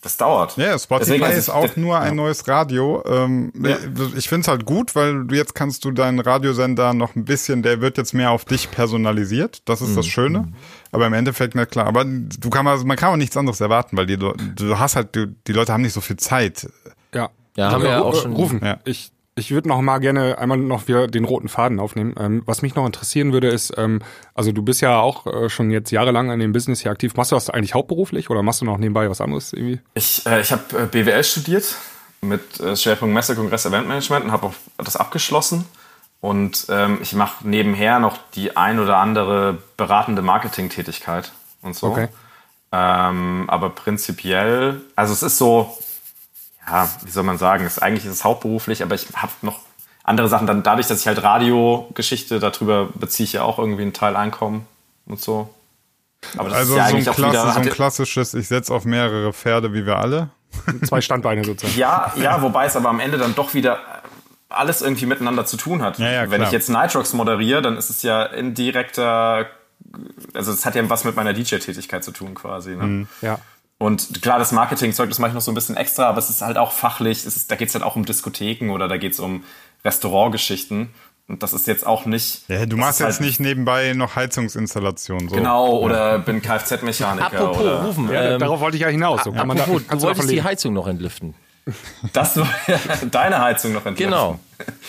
Das dauert. Ja, Spotify Deswegen, also, ist auch das, nur ein ja. neues Radio. Ähm, Ja. Ich finde es halt gut, weil jetzt kannst du deinen Radiosender noch ein bisschen, der wird jetzt mehr auf dich personalisiert. Das ist mhm. das Schöne. Aber im Endeffekt, na klar. Aber du kann man, man kann auch nichts anderes erwarten, weil die, du hast halt, die, die Leute haben nicht so viel Zeit. Ja, ja haben wir ja auch schon. Rufen. Ja. Ich Ich würde noch mal gerne einmal noch wieder den roten Faden aufnehmen. Ähm, was mich noch interessieren würde, ist, ähm, also du bist ja auch äh, schon jetzt jahrelang in dem Business hier aktiv. Machst du das eigentlich hauptberuflich oder machst du noch nebenbei was anderes irgendwie? Ich, äh, ich habe äh, B W L studiert mit äh, Schwerpunkt Messe, Kongress, Eventmanagement und habe auch das abgeschlossen. Und ähm, ich mache nebenher noch die ein oder andere beratende Marketingtätigkeit und so. Okay. Ähm, aber prinzipiell, also es ist so, ja, wie soll man sagen, es, eigentlich ist es hauptberuflich, aber ich habe noch andere Sachen. Dann dadurch, dass ich halt Radiogeschichte, darüber beziehe ich ja auch irgendwie einen Teil Einkommen und so. Aber das Also ist ja so, ein eigentlich auch Klasse, wieder, so ein hat- klassisches, ich setze auf mehrere Pferde, wie wir alle. Zwei Standbeine sozusagen. Ja, ja, wobei es aber am Ende dann doch wieder alles irgendwie miteinander zu tun hat. Ja, ja, Wenn klar. ich jetzt Nitrox moderiere, dann ist es ja indirekter, also es hat ja was mit meiner D J-Tätigkeit zu tun quasi. Ne? Mhm. Ja. Und klar, das Marketingzeug, das mache ich noch so ein bisschen extra, aber es ist halt auch fachlich, es ist, da geht es halt auch um Diskotheken oder da geht es um Restaurantgeschichten. Und das ist jetzt auch nicht... Ja, du das machst ist jetzt halt, nicht nebenbei noch Heizungsinstallationen. So. Genau, oder bin Kfz-Mechaniker. Apropos oder Rufen, Ja, ähm, darauf wollte ich ja hinaus. So kann man da, apropos, kannst du du davon wolltest die leben. Heizung noch entlüften. Das war ja deine Heizung noch entlassen. Genau.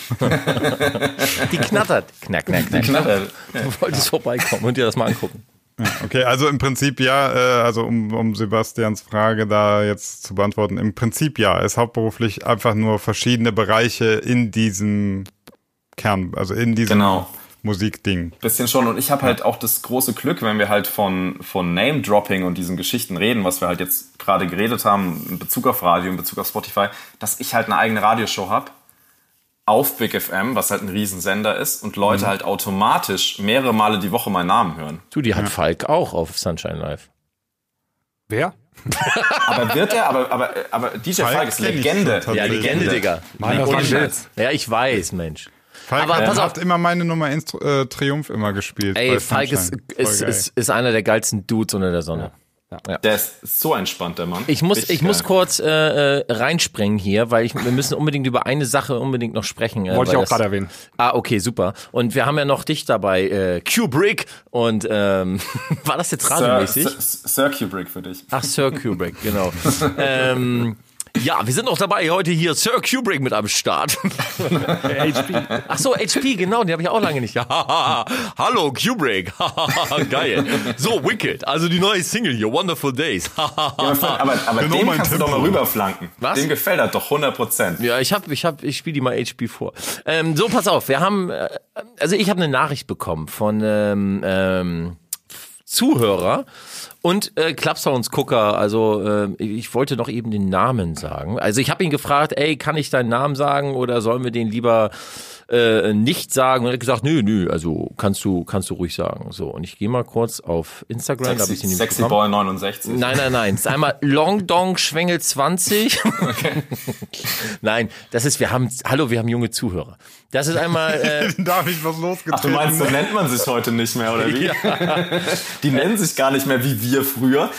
Die knattert. Knack, knack, knack. Knattert. Du wolltest vorbeikommen und dir das mal angucken. Okay, also im Prinzip ja, äh, also um, um Sebastians Frage da jetzt zu beantworten, im Prinzip ja, ist hauptberuflich einfach nur verschiedene Bereiche in diesem Kern, also in diesem Genau. Musikding. Bisschen schon. Und ich habe halt auch das große Glück, wenn wir halt von, von Name-Dropping und diesen Geschichten reden, was wir halt jetzt gerade geredet haben, in Bezug auf Radio, in Bezug auf Spotify, dass ich halt eine eigene Radioshow habe auf Big F M, was halt ein Riesensender ist und Leute halt automatisch mehrere Male die Woche meinen Namen hören. Du, die hat Falk auch auf Sunshine Live. Wer? Aber wird er, aber, aber, aber D J Falk Falk ist kenn ich Legende. schon Ja, Legende, Digga. Mann, das Ohne war ein Scheiß. Witz. Ja, ich weiß, Mensch. Falk Aber hat, pass auf. hat immer meine Nummer ins äh, Triumph immer gespielt. Ey, bei Falk ist, Sunshine. Voll ist, geil. ist, ist einer der geilsten Dudes unter der Sonne. Der ist so entspannt, der Mann. Ich muss, Richtig ich muss geil. kurz äh, äh, reinspringen hier, weil ich, wir müssen unbedingt über eine Sache unbedingt noch sprechen. Äh, Wollte ich weil auch das- gerade erwähnen. Ah, okay, super. Und wir haben ja noch dich dabei, äh, Kubrick. Und ähm, war das jetzt Sir, radiomäßig? Sir, Sir Kubrick für dich. Ach, Sir Kubrick, genau. ähm, ja, wir sind noch dabei heute hier, Sir Kubrick mit am Start. H P. Ach so, H P, genau, den habe ich auch lange nicht. Hallo, Kubrick. Geil. So, Wicked, also die neue Single hier, Wonderful Days. Ja, aber aber, aber Genau den mein kannst du doch mal Tempo. rüberflanken. Was? Dem gefällt das doch hundert Prozent. Ja, ich hab, ich hab, ich spiele die mal H P vor. Ähm, so, pass auf, wir haben, äh, also ich habe eine Nachricht bekommen von ähm, ähm, Zuhörer und äh, Clubsounds-Gucker, also äh, ich wollte noch eben den Namen sagen. Also ich habe ihn gefragt, ey, kann ich deinen Namen sagen oder sollen wir den lieber äh, nicht sagen? Und er hat gesagt, nö, nö, also kannst du, kannst du ruhig sagen. So, und ich gehe mal kurz auf Instagram, da habe ich Sexy, den Sexy bekommen. Boy neunundsechzig. Nein, nein, nein. Es ist einmal Long Dong Schwengel zwanzig. Nein, das ist, wir haben, hallo, wir haben junge Zuhörer. Das ist einmal, äh, Darf ich was Ach, du losgetreten? meinst, so nennt man sich heute nicht mehr, oder wie? Die nennen sich gar nicht mehr wie wir früher.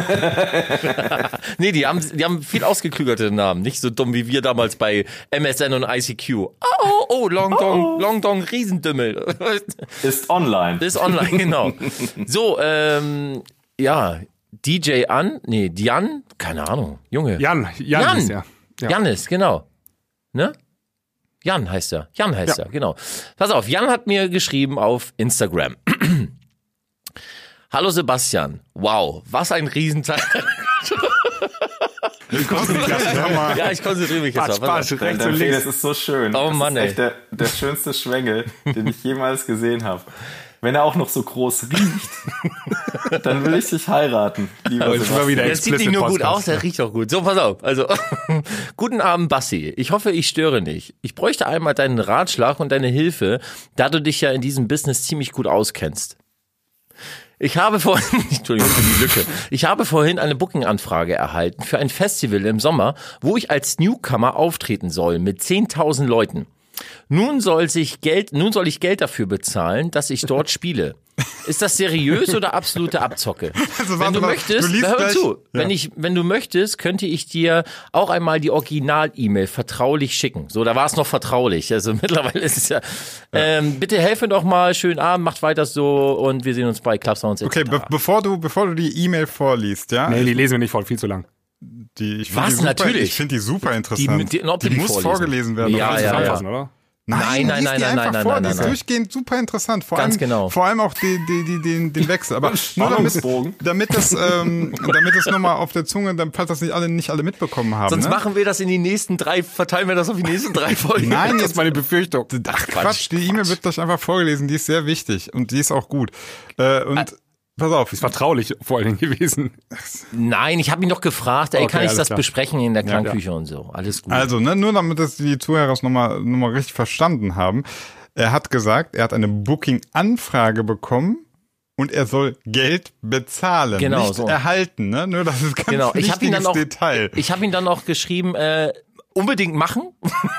nee, die haben, die haben viel ausgeklügerte Namen. Nicht so dumm wie wir damals bei M S N und I C Q. Oh, oh, Long Dong, Long Dong Riesendümmel. Ist online. Das ist online, genau. So, ähm, ja, D J an, nee, Dian, keine Ahnung, Junge. Jan, Jan, Jan. ist ja. ja. Janis, genau. Ne? Jan heißt er. Jan heißt Ja. er, genau. Pass auf, Jan hat mir geschrieben auf Instagram. Hallo Sebastian. Wow, was ein Riesenteil. Ja, ich konzentriere mich jetzt Patsch, mal. Pass patsch, auf. Dein, rechts dein und Fehler, links. das ist so schön. Oh das Mann, ist ey. echt der, der schönste Schwengel, den ich jemals gesehen habe. Wenn er auch noch so groß riecht, dann will ich dich heiraten, lieber Aber jetzt sind wir Sebastian. wieder Der sieht nicht nur gut Podcast. aus, der riecht auch gut. So, pass auf. Also, guten Abend, Bassi. Ich hoffe, ich störe nicht. Ich bräuchte einmal deinen Ratschlag und deine Hilfe, da du dich ja in diesem Business ziemlich gut auskennst. Ich habe vorhin, Entschuldigung für die Lücke, ich habe vorhin eine Booking-Anfrage erhalten für ein Festival im Sommer, wo ich als Newcomer auftreten soll mit zehntausend Leuten. Nun soll sich Geld, nun soll ich Geld dafür bezahlen, dass ich dort spiele. Ist das seriös oder absolute Abzocke? Also, wenn du mal, möchtest, du hör gleich, zu, ja. wenn ich, wenn du möchtest, könnte ich dir auch einmal die Original-E-Mail vertraulich schicken. So, da war es noch vertraulich. Also mittlerweile ist es ja, ja. Ähm, bitte helfe doch mal, schönen Abend, macht weiter so und wir sehen uns bei Clubsounds et cetera. Okay, be- bevor du, bevor du die E-Mail vorliest, ja? Nee, die lesen wir nicht vor, viel zu lang. Die, ich Was? Die super, Natürlich. Ich finde die super interessant. Die, die, ob die, die muss vorlesen. vorgelesen werden. Ja, oder? ja, ja. Oder? Nein, Nein, nein, lies nein, die nein, einfach nein, vor. nein, Die nein, ist nein. durchgehend super interessant. Vor Ganz allem, genau. Vor allem auch die, die, die, den, den Wechsel. Aber nur damit, Spannungsbogen. damit es, ähm, damit es nochmal auf der Zunge, dann, falls das nicht alle, nicht alle mitbekommen haben. Sonst ne? machen wir das in die nächsten drei, verteilen wir das auf die nächsten drei Folgen. Nein, Das jetzt ist meine Befürchtung. Ach, Quatsch, die E-Mail wird gleich einfach vorgelesen. Die ist sehr wichtig und die ist auch gut. Äh, und Ä pass auf. Ist vertraulich vor allen Dingen gewesen. Nein, ich habe ihn doch gefragt, ey, Okay, kann ich alles das klar. besprechen in der Ja, Klangküche und so. Alles gut. Also, ne, nur damit das die Zuhörer es nochmal noch mal richtig verstanden haben. Er hat gesagt, er hat eine Booking-Anfrage bekommen und er soll Geld bezahlen, Genau, nicht so. erhalten. Ne? Nur das ist ganz Genau, ich habe ihn dann wichtiges auch, Detail. ich habe ihn dann auch geschrieben, äh, unbedingt machen.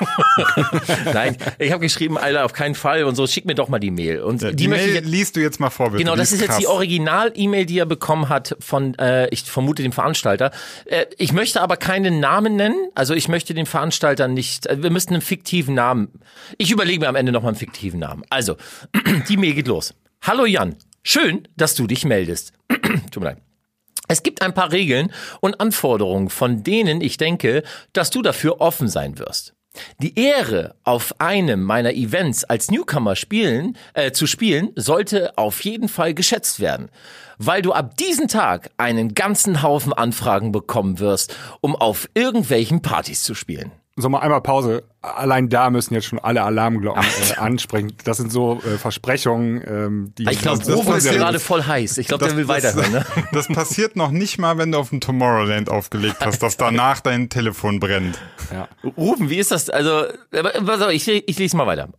Nein, ich habe geschrieben, Alter, auf keinen Fall und so, schick mir doch mal die Mail. Und Ja, die, die möchte Mail ich jetzt, liest du jetzt mal vor, bitte. genau, Die das ist jetzt krass. die Original-E-Mail, die er bekommen hat von, äh, ich vermute, dem Veranstalter. Äh, ich möchte aber keinen Namen nennen, also ich möchte den Veranstalter nicht, äh, wir müssten einen fiktiven Namen, ich überlege mir am Ende nochmal einen fiktiven Namen. Also, die Mail geht los. Hallo Jan, schön, dass du dich meldest. Tut mir leid. Es gibt ein paar Regeln und Anforderungen, von denen ich denke, dass du dafür offen sein wirst. Die Ehre, auf einem meiner Events als Newcomer spielen, äh, zu spielen, sollte auf jeden Fall geschätzt werden, weil du ab diesem Tag einen ganzen Haufen Anfragen bekommen wirst, um auf irgendwelchen Partys zu spielen. So, mal einmal Pause. Allein da müssen jetzt schon alle Alarmglocken äh, ansprechen. Das sind so äh, Versprechungen, ähm, die... Ich glaube, das Robo ist passiert- gerade voll heiß. Ich glaube, der will das, weiterhören. Ne? das passiert noch nicht mal, wenn du auf dem Tomorrowland aufgelegt hast, dass danach dein Telefon brennt. Ja. Rufen, wie ist das? Also, aber, pass auf, ich, ich lese mal weiter.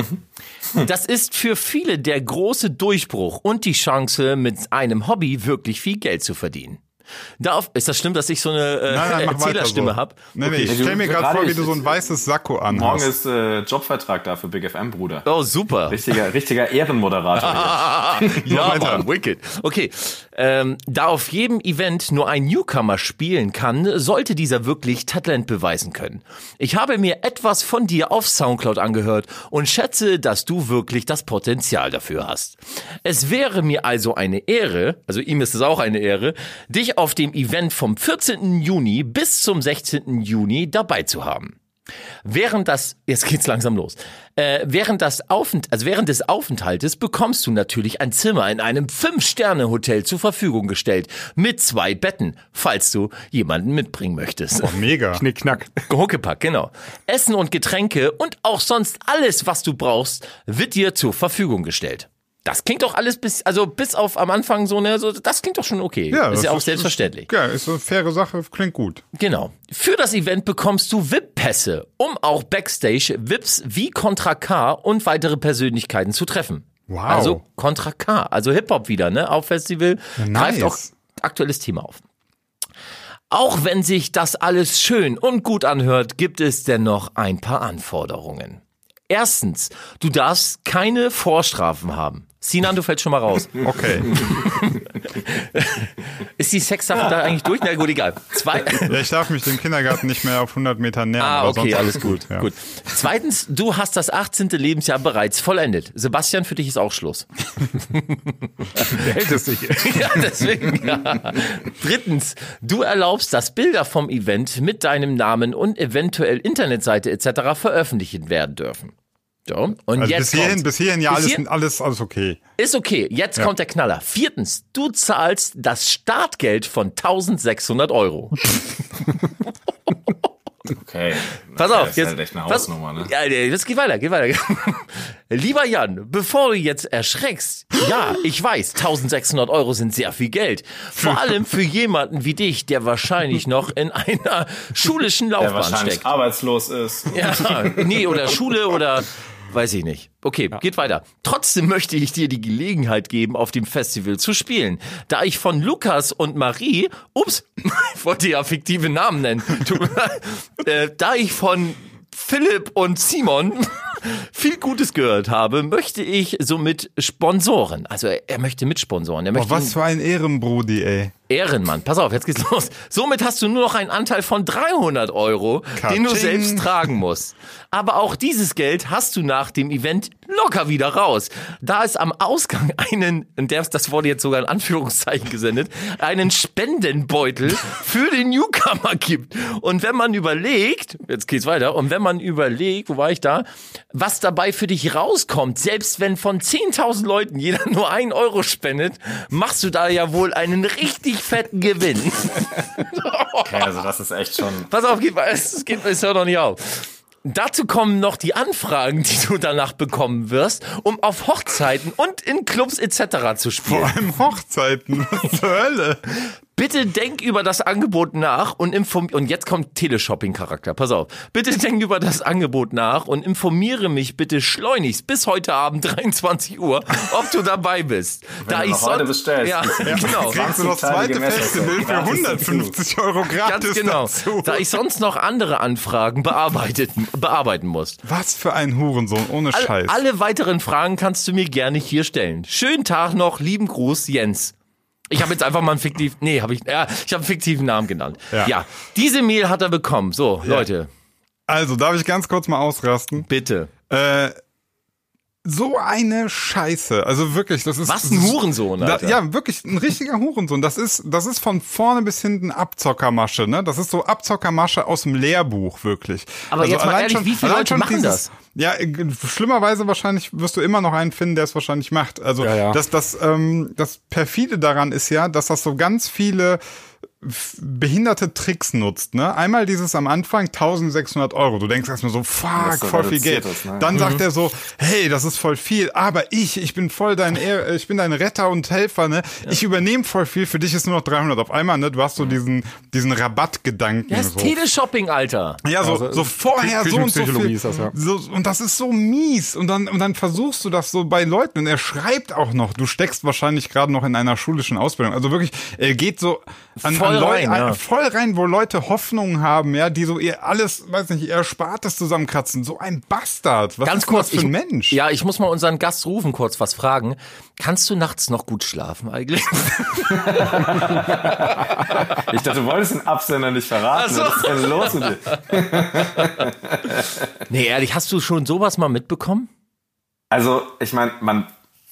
Das ist für viele der große Durchbruch und die Chance, mit einem Hobby wirklich viel Geld zu verdienen. Darauf, ist das schlimm, dass ich so eine äh, Nein, nein, mach Erzählerstimme weiter so. habe? Nee, nee, ich stell mir gerade Gerade vor, wie ist- du so ein weißes Sakko Morgen anhast. ist äh, Jobvertrag da für Big F M, Bruder. Oh, super. Richtiger, richtiger Ehrenmoderator hier. Ja, weiter. Mann, wicked. Okay, ähm, da auf jedem Event nur ein Newcomer spielen kann, sollte dieser wirklich Talent beweisen können. Ich habe mir etwas von dir auf Soundcloud angehört und schätze, dass du wirklich das Potenzial dafür hast. Es wäre mir also eine Ehre, also ihm ist es auch eine Ehre, dich auf dem Event vom vierzehnten Juni bis zum sechzehnten Juni dabei zu haben. Während das, jetzt geht's langsam los, äh, während das Aufent, also während des Aufenthaltes bekommst du natürlich ein Zimmer in einem Fünf-Sterne-Hotel zur Verfügung gestellt, mit zwei Betten, falls du jemanden mitbringen möchtest. Oh, mega. Knick, knack. Huckepack, genau. Essen und Getränke und auch sonst alles, was du brauchst, wird dir zur Verfügung gestellt. Das klingt doch alles bis, also bis auf am Anfang so, ne, so, das klingt doch schon okay. Ja, ist das ja auch ist- selbstverständlich. Ja, ist eine faire Sache, klingt gut. Genau. Für das Event bekommst du V I P-Pässe, um auch Backstage V I Ps wie Contra K und weitere Persönlichkeiten zu treffen. Wow. Also Contra K, also Hip-Hop wieder, ne, auf Festival. Ja, nice. Greift auch aktuelles Thema auf. Auch wenn sich das alles schön und gut anhört, gibt es dennoch ein paar Anforderungen. Erstens, du darfst keine Vorstrafen haben. Sinan, du fällst schon mal raus. Okay. Ist die Sexsache da eigentlich durch? Na gut, egal. Zwei. Ja, ich darf mich dem Kindergarten nicht mehr auf hundert Meter nähern. Ah, aber okay, sonst alles gut. Ja. Gut. Zweitens, du hast das achtzehnte Lebensjahr bereits vollendet. Sebastian, für dich ist auch Schluss. Der älteste hier. Ja, deswegen. Ja. Drittens, du erlaubst, dass Bilder vom Event mit deinem Namen und eventuell Internetseite et cetera veröffentlicht werden dürfen. So, und Also jetzt bis hierhin, kommt's. bis hierhin ja Bis alles, hierhin- alles, alles okay. Ist okay, jetzt kommt der Knaller. Viertens, du zahlst das Startgeld von eintausendsechshundert Euro. Okay. Pass Das auf, ist jetzt. halt echt eine pass- Hausnummer, ne? Ja, das geht weiter, geht weiter. Lieber Jan, bevor du jetzt erschreckst, ja, ich weiß, eintausendsechshundert Euro sind sehr viel Geld. Vor allem für jemanden wie dich, der wahrscheinlich noch in einer schulischen Der Laufbahn wahrscheinlich steckt. arbeitslos ist. Ja, nee, oder Schule oder weiß ich nicht. Okay, geht weiter. Trotzdem möchte ich dir die Gelegenheit geben, auf dem Festival zu spielen. Da ich von Lukas und Marie, ups, ich wollte ja fiktive Namen nennen, Tut mir leid. äh, da ich von Philipp und Simon viel Gutes gehört habe, möchte ich somit Sponsoren. Also er, er möchte mitsponsoren. Er Boah, möchte was für ein Ehrenbrudi, ey. Ehrenmann. Pass auf, jetzt geht's los. Somit hast du nur noch einen Anteil von dreihundert Euro, den du Katsching. selbst tragen musst. Aber auch dieses Geld hast du nach dem Event locker wieder raus. Da es am Ausgang einen, und der, das wurde jetzt sogar in Anführungszeichen gesendet, einen Spendenbeutel für den Newcomer gibt. Und wenn man überlegt, jetzt geht's weiter, und wenn man überlegt, wo war ich da, was dabei für dich rauskommt, selbst wenn von zehntausend Leuten jeder nur einen Euro spendet, machst du da ja wohl einen richtig fetten Gewinn. Okay, also das ist echt schon... Pass auf, geht, es, geht, es hört doch nicht auf. Dazu kommen noch die Anfragen, die du danach bekommen wirst, um auf Hochzeiten und in Clubs et cetera zu spielen. Vor allem Hochzeiten. Was zur Hölle? Bitte denk über das Angebot nach und inform und jetzt kommt Teleshopping-Charakter. Pass auf. Bitte denk über das Angebot nach und informiere mich bitte schleunigst bis heute Abend dreiundzwanzig Uhr, ob du dabei bist. Wenn da du ich noch heute sonst, bestellst. ja, genau. Kriegst du das zweite Festival für hundertfünfzig Euro gratis Ganz genau. dazu. Da ich sonst noch andere Anfragen bearbeitet, bearbeiten muss. Was für ein Hurensohn, ohne All, Scheiß. alle weiteren Fragen kannst du mir gerne hier stellen. Schönen Tag noch, lieben Gruß, Jens. Ich habe jetzt einfach mal einen fiktiven, nee, habe ich, ja, ich habe einen fiktiven Namen genannt. Ja. ja, diese Mail hat er bekommen. So, ja. Leute. Also, darf ich ganz kurz mal ausrasten? Bitte. Äh, so eine Scheiße. Also wirklich, das ist... Was ein Hurensohn, Alter. Da, ja, wirklich, ein richtiger Hurensohn. Das ist, das ist von vorne bis hinten Abzockermasche, ne? Das ist so Abzockermasche aus dem Lehrbuch, wirklich. Aber also jetzt mal ehrlich, schon, wie viele Leute machen dieses, das? Ja, schlimmerweise wahrscheinlich wirst du immer noch einen finden, der es wahrscheinlich macht. Also ja, ja. das, das, ähm, das perfide daran ist ja, dass das so ganz viele behinderte Tricks nutzt, ne? Einmal dieses am Anfang eintausendsechshundert Euro. Du denkst erstmal so, fuck, so voll viel Geld. ist, ne? Dann mhm. sagt er so, hey, das ist voll viel, aber ich, ich bin voll dein, ich bin dein Retter und Helfer, ne? Ja. Ich übernehme voll viel, für dich ist nur noch dreihundert auf einmal, ne? Du hast so diesen, diesen Rabattgedanken. Das ist so. Teleshopping, Alter. Ja, so, also, so vorher so und so viel. Ist das, ja. so, und das ist so mies. Und dann, und dann versuchst du das so bei Leuten. Und er schreibt auch noch, du steckst wahrscheinlich gerade noch in einer schulischen Ausbildung. Also wirklich, er geht so an, voll an Leute, rein, ja. voll rein, wo Leute Hoffnungen haben, ja, die so ihr alles, weiß nicht, ihr Erspartes zusammenkratzen. So ein Bastard. Was Ganz ist kurz, das für ein ich, Mensch? Ja, ich muss mal unseren Gast rufen, kurz was fragen. Kannst du nachts noch gut schlafen eigentlich? Ich dachte, du wolltest den Absender nicht verraten. So. Was ist denn los mit dir? Nee, ehrlich, hast du schon sowas mal mitbekommen? Also, ich meine, man,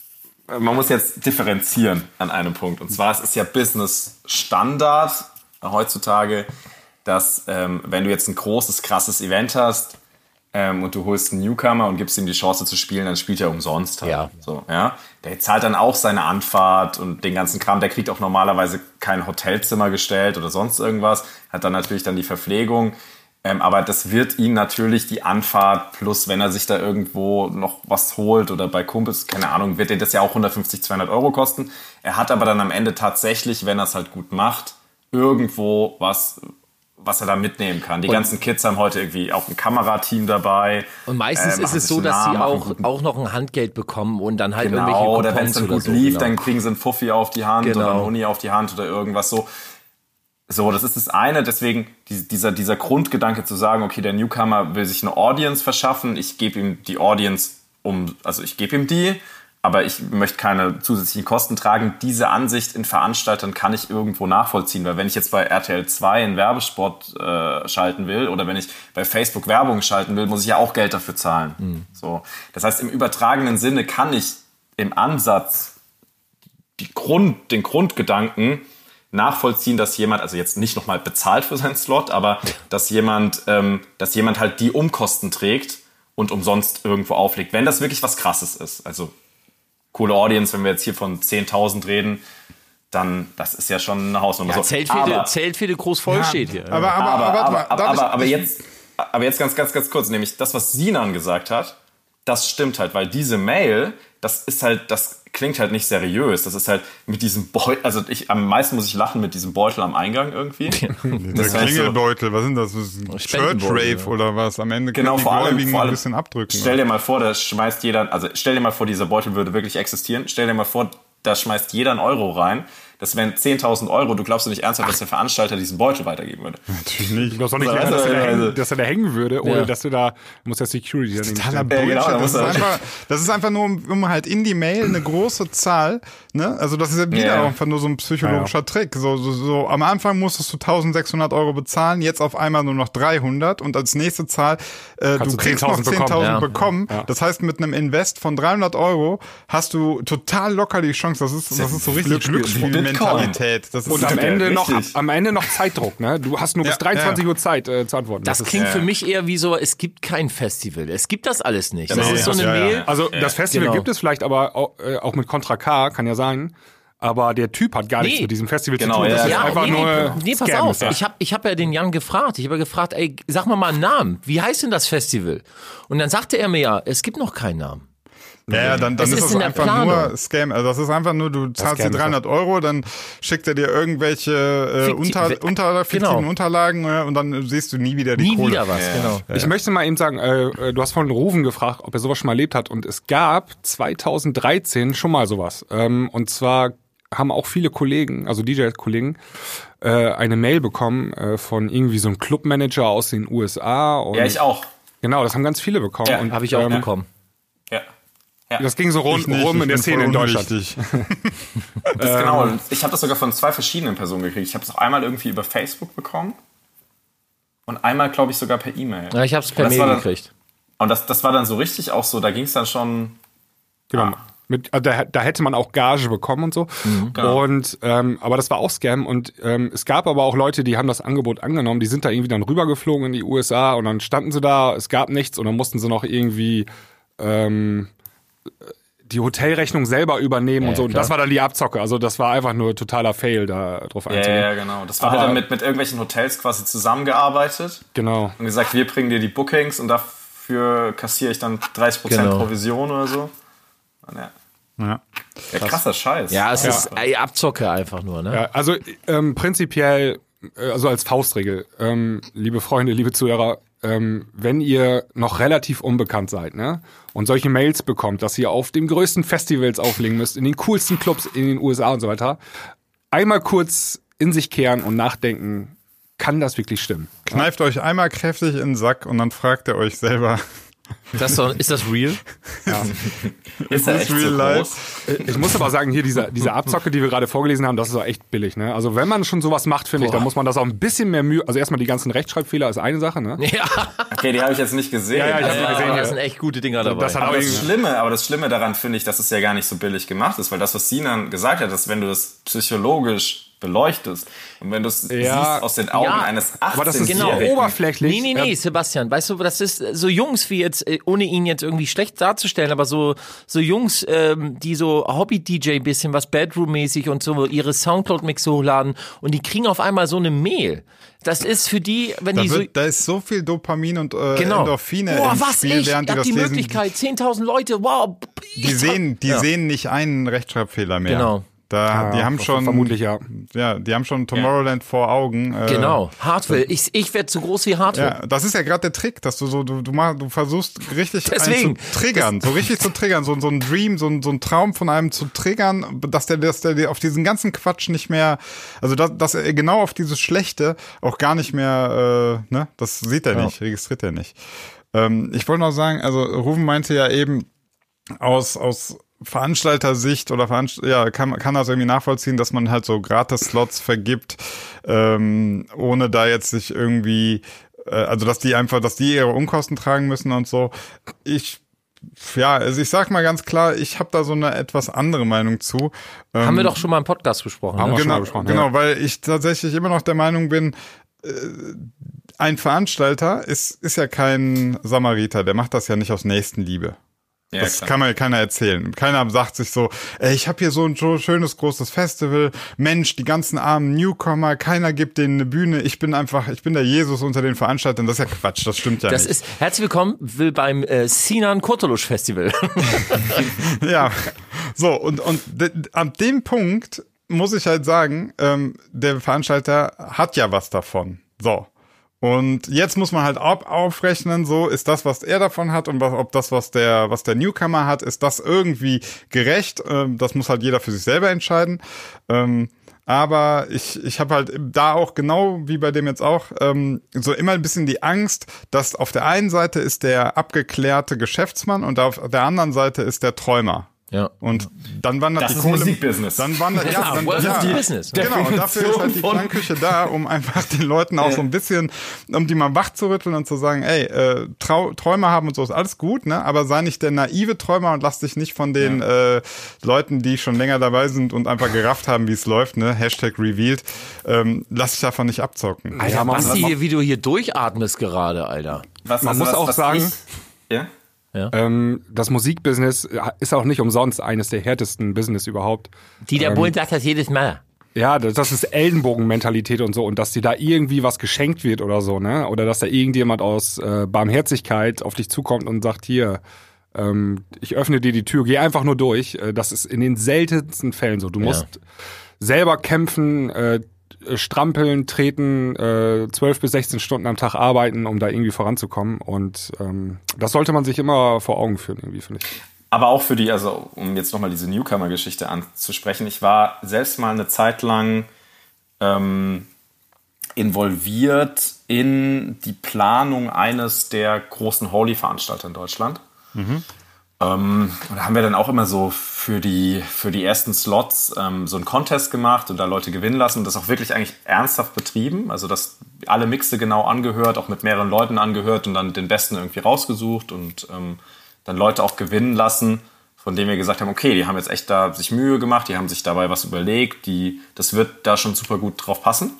man muss jetzt differenzieren an einem Punkt. Und zwar, es ist ja Business-Standard heutzutage, dass ähm, wenn du jetzt ein großes, krasses Event hast ähm, und du holst einen Newcomer und gibst ihm die Chance zu spielen, dann spielt er umsonst halt. Ja. So, ja. Der zahlt dann auch seine Anfahrt und den ganzen Kram. Der kriegt auch normalerweise kein Hotelzimmer gestellt oder sonst irgendwas. Hat dann natürlich dann die Verpflegung. Ähm, aber das wird ihn natürlich die Anfahrt plus, wenn er sich da irgendwo noch was holt oder bei Kumpels, keine Ahnung, wird den das ja auch hundertfünfzig, zweihundert Euro kosten. Er hat aber dann am Ende tatsächlich, wenn er es halt gut macht, irgendwo was, was er da mitnehmen kann. Die und ganzen Kids haben heute irgendwie auch ein Kamerateam dabei. Und meistens äh, ist es so, dass nah, sie auch, guten, auch noch ein Handgeld bekommen und dann halt genau, irgendwelche Coupons oder wenn es dann gut so, lief, genau. dann kriegen sie einen Fuffi auf die Hand Genau. oder einen Huni auf die Hand oder irgendwas so. So, das ist das eine. Deswegen dieser, dieser Grundgedanke zu sagen, okay, der Newcomer will sich eine Audience verschaffen. Ich gebe ihm die Audience um, also ich gebe ihm die, aber ich möchte keine zusätzlichen Kosten tragen. Diese Ansicht in Veranstaltern kann ich irgendwo nachvollziehen, weil wenn ich jetzt bei R T L zwei einen Werbespot äh, schalten will oder wenn ich bei Facebook Werbung schalten will, muss ich ja auch Geld dafür zahlen. Mhm. So, das heißt, im übertragenen Sinne kann ich im Ansatz die Grund, den Grundgedanken nachvollziehen, dass jemand, also jetzt nicht nochmal bezahlt für seinen Slot, aber dass jemand, ähm, dass jemand halt die Umkosten trägt und umsonst irgendwo auflegt. Wenn das wirklich was Krasses ist, also coole Audience, wenn wir jetzt hier von zehntausend reden, dann, das ist ja schon eine Hausnummer. Ja, so. Zeltfehde, Zeltfehde groß voll Ja, steht hier. Aber, aber, aber, aber, aber, aber, aber, darf aber, ich- aber jetzt, aber jetzt ganz, ganz, ganz kurz, nämlich das, was Sinan gesagt hat, das stimmt halt, weil diese Mail, das ist halt, das klingt halt nicht seriös. Das ist halt mit diesem Beutel, also ich, am meisten muss ich lachen mit diesem Beutel am Eingang irgendwie. Der Das heißt so- Klingelbeutel, was sind das? das ist ein Church Spendenbeutel, Rave ja. oder was? Am Ende Genau, können die vor allem, Gläubigen vor noch ein allem bisschen abdrücken. Stell dir mal vor, da schmeißt jeder, also stell dir mal vor, dieser Beutel würde wirklich existieren. Stell dir mal vor, da schmeißt jeder einen Euro rein. das wären zehntausend Euro. Du glaubst doch nicht ernsthaft, dass der Veranstalter diesen Beutel weitergeben würde? Natürlich nicht. Du glaubst auch nicht, Also, dass, er da also- hängen, dass er da hängen würde, oder Ja. dass du da, muss der Security dann Totaler nicht Bullshit. genau, da das, muss ist er- einfach, das ist einfach nur, um, um halt in die Mail eine große Zahl, ne? Also das ist ja wieder Ja. einfach nur so ein psychologischer Trick. So, so, so, am Anfang musstest du eintausendsechshundert Euro bezahlen, jetzt auf einmal nur noch dreihundert und als nächste Zahl, äh, du du kriegst noch zehntausend bekommen. zehntausend Ja. bekommen. Ja. Das heißt, mit einem Invest von dreihundert Euro hast du total locker die Chance. Das ist, das ist so richtig Glücksspiel. Glücksspielmentalität. Das ist Und am Ja, Ende noch, richtig. am Ende noch Zeitdruck, ne? Du hast nur bis Ja, dreiundzwanzig ja. Uhr Zeit äh, zu antworten. Das ist- klingt für mich eher wie so, es gibt kein Festival. Es gibt das alles nicht. Das Genau, ist so eine ja, ja. Mail. Also das Festival Genau. gibt es vielleicht, aber auch, äh, auch mit Contra K, kann ja sein. Aber der Typ hat gar nichts Nee. mit diesem Festival Genau, zu tun. Das ja, ist ja, einfach nee, nur nee, nee, pass Scam, auf. ist das. Ich habe ich hab ja den Jan gefragt. Ich habe gefragt, ey, sag mal mal einen Namen. Wie heißt denn das Festival? Und dann sagte er mir ja, es gibt noch keinen Namen. Ja, ja, dann, dann Es ist ist das in der einfach Planung. nur Scam. Also das ist einfach nur, du zahlst Scam dir ist dreihundert Euro, dann schickt er dir irgendwelche äh, Fikti- unter, unter, fiktiven Genau. Unterlagen äh, und dann siehst du nie wieder die Nie Kohle. wieder was, genau. Ich möchte mal eben sagen, äh, äh, du hast von Ruven gefragt, ob er sowas schon mal erlebt hat. Und es gab zweitausenddreizehn schon mal sowas. Ähm, und zwar haben auch viele Kollegen, also D J-Kollegen, äh, eine Mail bekommen äh, von irgendwie so einem Clubmanager aus den U S A. Und Ja, ich auch. Genau, das haben ganz viele bekommen. Ja, und, Habe ich auch ähm, bekommen. Ja. Das ging so rund, Ich nicht, rum ich in der bin Szene voll in Deutschland. unwichtig. Das genau. Und ich habe das sogar von zwei verschiedenen Personen gekriegt. Ich habe es auch einmal irgendwie über Facebook bekommen und einmal, glaube ich, sogar per E-Mail. Ja, ich habe es per Und das Mail war dann- gekriegt. Und das, das war dann so richtig auch so, da ging es dann schon. Genau. Mit, also da, da hätte man auch Gage bekommen und so. genau. Und ähm, aber das war auch Scam. Und ähm, es gab aber auch Leute, die haben das Angebot angenommen. Die sind da irgendwie dann rübergeflogen in die U S A und dann standen sie da. Es gab nichts und dann mussten sie noch irgendwie ähm, die Hotelrechnung selber übernehmen und so. Und klar. das war dann die Abzocke. Also das war einfach nur totaler Fail, da drauf Ja, einzugehen. ja, genau. Das war Aber- halt dann mit, mit irgendwelchen Hotels quasi zusammengearbeitet Genau. und gesagt, wir bringen dir die Bookings und dafür kassiere ich dann dreißig Prozent Genau. Provision oder so. Und ja. Ja. Ja, krasser Scheiß. Ja, es Ja. ist ey, Abzocke einfach nur, ne? Ja, also ähm, prinzipiell, äh, also als Faustregel, ähm, liebe Freunde, liebe Zuhörer, ähm, wenn ihr noch relativ unbekannt seid, ne, und solche Mails bekommt, dass ihr auf den größten Festivals auflegen müsst, in den coolsten Clubs in den U S A und so weiter, einmal kurz in sich kehren und nachdenken, kann das wirklich stimmen? Kneift euch einmal kräftig in den Sack und dann fragt ihr euch selber, Das so, ist das real? ist ja this echt real so life? groß. Ich muss aber sagen, hier diese, diese Abzocke, die wir gerade vorgelesen haben, das ist auch echt billig, ne? Also wenn man schon sowas macht, finde ich, dann muss man das auch ein bisschen mehr Mühe, also erstmal die ganzen Rechtschreibfehler ist eine Sache, ne? Ja, Okay, die habe ich jetzt nicht gesehen. Ja, ja, ich hab Also, die gesehen, aber ja. das sind echt gute Dinger dabei. Das hat Aber auch das irgendwie- Schlimme, aber das Schlimme daran finde ich, dass es ja gar nicht so billig gemacht ist, weil das, was Sinan gesagt hat, ist, wenn du das psychologisch beleuchtest und wenn du es Ja. siehst aus den Augen Ja, eines aber das ist Genau. achtzehnjährigen. oberflächlich. Nee, nee, nee, Sebastian, weißt du, das ist so Jungs wie jetzt, äh, ohne ihn jetzt irgendwie schlecht darzustellen, aber so so Jungs, ähm, die so Hobby-D J bisschen was Bedroom-mäßig und so ihre Soundcloud-Mixe hochladen und die kriegen auf einmal so eine Mail. Das ist für die, wenn Da, die so... wird, da ist so viel Dopamin und äh, Genau. Endorphine Boah, im was, Spiel, ich während die hab das die lesen. Möglichkeit, zehntausend Leute, wow. Die sehen, die sehen nicht einen Rechtschreibfehler mehr. Genau. Da, die Ja, haben schon, vermutlich, ja. ja, die haben schon Tomorrowland vor Augen. Äh, Genau, Hartwell. Ich, ich werde so groß wie Hartwell. Ja, das ist ja gerade der Trick, dass du so, du, du, mach, du versuchst richtig Deswegen. einen zu triggern, so richtig zu triggern, so, so ein Dream, so ein, so ein Traum von einem zu triggern, dass der, dass der dir auf diesen ganzen Quatsch nicht mehr, also dass, dass er genau auf dieses Schlechte auch gar nicht mehr, äh, ne, das sieht er nicht, registriert er nicht. Ähm, ich wollte noch sagen, also Rufen meinte ja eben aus, aus Veranstalter-Sicht oder Veranst ja, kann, kann das irgendwie nachvollziehen, dass man halt so Gratis-Slots vergibt, ähm, ohne da jetzt sich irgendwie, äh, also dass die einfach, dass die ihre Unkosten tragen müssen und so. Ich, ja, also ich sag mal ganz klar, ich habe da so eine etwas andere Meinung zu. Ähm, Haben wir doch schon mal im Podcast besprochen. Haben Ne? wir schon genau, mal besprochen, genau, ja. weil ich tatsächlich immer noch der Meinung bin, äh, ein Veranstalter ist, ist ja kein Samariter, der macht das ja nicht aus Nächstenliebe. Ja, Das klar. kann mir keiner erzählen. Keiner sagt sich so, ey, ich habe hier so ein so schönes großes Festival, Mensch, die ganzen armen Newcomer, keiner gibt denen eine Bühne, ich bin einfach, ich bin der Jesus unter den Veranstaltern. Das ist ja Quatsch, das stimmt ja Das nicht. ist, herzlich willkommen will beim äh, Sinan Kurtulusch Festival. Ja, so, und, und de, an dem Punkt muss ich halt sagen, ähm, der Veranstalter hat ja was davon. So. Und jetzt muss man halt auf, aufrechnen, so ist das, was er davon hat und was, ob das, was der, was der Newcomer hat, ist das irgendwie gerecht. Ähm, das muss halt jeder für sich selber entscheiden. Ähm, Aber ich, ich habe halt da auch genau wie bei dem jetzt auch ähm, so immer ein bisschen die Angst, dass auf der einen Seite ist der abgeklärte Geschäftsmann und auf der anderen Seite ist der Träumer. Ja. Und dann wandert Das die ist Kohle. Musikbusiness. Dann wandert ja, dann, das ja, ist die Business. Genau, und dafür ist halt die Klangküche da, um einfach den Leuten auch so ein bisschen, um die mal wach zu rütteln und zu sagen, ey, äh, Trau- Träume haben und so ist alles gut, ne? Aber sei nicht der naive Träumer und lass dich nicht von den ja. äh, Leuten, die schon länger dabei sind und einfach gerafft haben, wie es läuft, ne? Hashtag revealed, ähm, lass dich davon nicht abzocken. Alter, Basti, wie du hier durchatmest gerade, Alter. Was, Man also muss was, auch was sagen, ich, ja? Ja. Ähm, das Musikbusiness ist auch nicht umsonst eines der härtesten Business überhaupt. Dieter ähm, Bohlen sagt das jedes Mal. Ja, das, das ist Ellenbogenmentalität und so und dass dir da irgendwie was geschenkt wird oder so, ne? Oder dass da irgendjemand aus äh, Barmherzigkeit auf dich zukommt und sagt, hier, ähm, ich öffne dir die Tür, geh einfach nur durch. Äh, das ist in den seltensten Fällen so. Du musst Ja. selber kämpfen, äh, strampeln, treten, äh, zwölf bis sechzehn Stunden am Tag arbeiten, um da irgendwie voranzukommen. Und ähm, das sollte man sich immer vor Augen führen, irgendwie, finde ich. Aber auch für die, also um jetzt nochmal diese Newcomer-Geschichte anzusprechen, ich war selbst mal eine Zeit lang ähm, involviert in die Planung eines der großen Holy-Veranstalter in Deutschland. Mhm. Ähm, und da haben wir dann auch immer so für die, für die ersten Slots ähm, so einen Contest gemacht und da Leute gewinnen lassen und das auch wirklich eigentlich ernsthaft betrieben. Also das alle Mixe genau angehört, auch mit mehreren Leuten angehört und dann den Besten irgendwie rausgesucht und ähm, dann Leute auch gewinnen lassen, von denen wir gesagt haben, okay, die haben jetzt echt da sich Mühe gemacht, die haben sich dabei was überlegt, die, das wird da schon super gut drauf passen.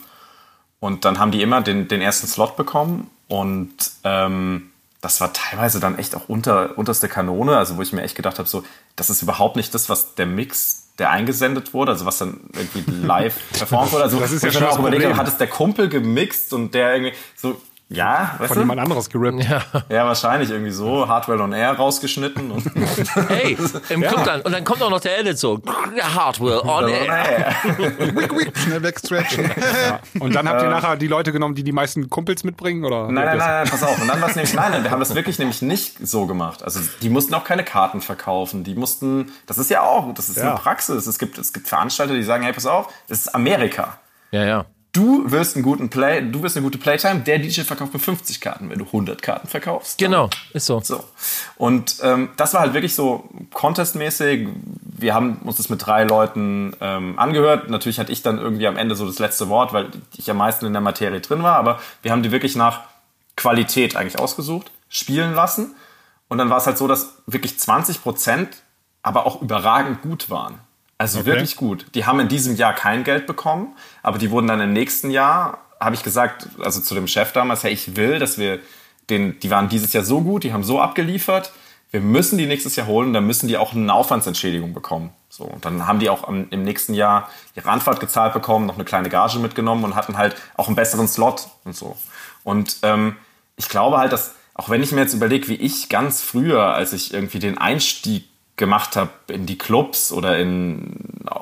Und dann haben die immer den, den ersten Slot bekommen und ähm, das war teilweise dann echt auch unter, unterste Kanone, also wo ich mir echt gedacht habe, so, das ist überhaupt nicht das, was der Mix, der eingesendet wurde, also was dann irgendwie live performt wurde. Also das ist wo ja ich schon mir auch das überlegt habe, Problem. hat es der Kumpel gemixt und der irgendwie so, ja, weißt Von du? jemand anderes gerippt. Ja. Ja, wahrscheinlich irgendwie so, Hardwell on Air rausgeschnitten. Und Hey, im ja. dann, und dann kommt auch noch der Edit so, Hardware on air. Wick, wick, schnell wegstretchen. Ja. Und dann habt ihr nachher die Leute genommen, die die meisten Kumpels mitbringen? Oder? Nein, nein, nein, nein, pass auf. Und dann war es nämlich, nein, nein, wir haben das wirklich nämlich nicht so gemacht. Also die mussten auch keine Karten verkaufen. Die mussten, das ist ja auch, das ist Ja. eine Praxis. Es gibt, es gibt Veranstalter, die sagen, hey, pass auf, es ist Amerika. Ja, ja. Du wirst einen guten Play, du wirst eine gute Playtime. Der D J verkauft mir fünfzig Karten, wenn du hundert Karten verkaufst. Genau, ist so. So. Und ähm, das war halt wirklich so contestmäßig. Wir haben uns das mit drei Leuten ähm, angehört. Natürlich hatte ich dann irgendwie am Ende so das letzte Wort, weil ich am meisten in der Materie drin war. Aber wir haben die wirklich nach Qualität eigentlich ausgesucht, spielen lassen. Und dann war es halt so, dass wirklich zwanzig Prozent aber auch überragend gut waren. Also Okay. wirklich gut. Die haben in diesem Jahr kein Geld bekommen, aber die wurden dann im nächsten Jahr, habe ich gesagt, also zu dem Chef damals, hey, ich will, dass wir den, die waren dieses Jahr so gut, die haben so abgeliefert, wir müssen die nächstes Jahr holen, dann müssen die auch eine Aufwandsentschädigung bekommen. So, und dann haben die auch am, im nächsten Jahr ihre Anfahrt gezahlt bekommen, noch eine kleine Gage mitgenommen und hatten halt auch einen besseren Slot und so. Und ähm, ich glaube halt, dass, auch wenn ich mir jetzt überlege, wie ich ganz früher, als ich irgendwie den Einstieg gemacht habe in die Clubs oder in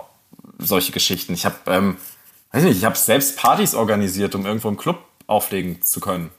solche Geschichten. Ich habe, ähm, weiß nicht, ich habe selbst Partys organisiert, um irgendwo im Club auflegen zu können.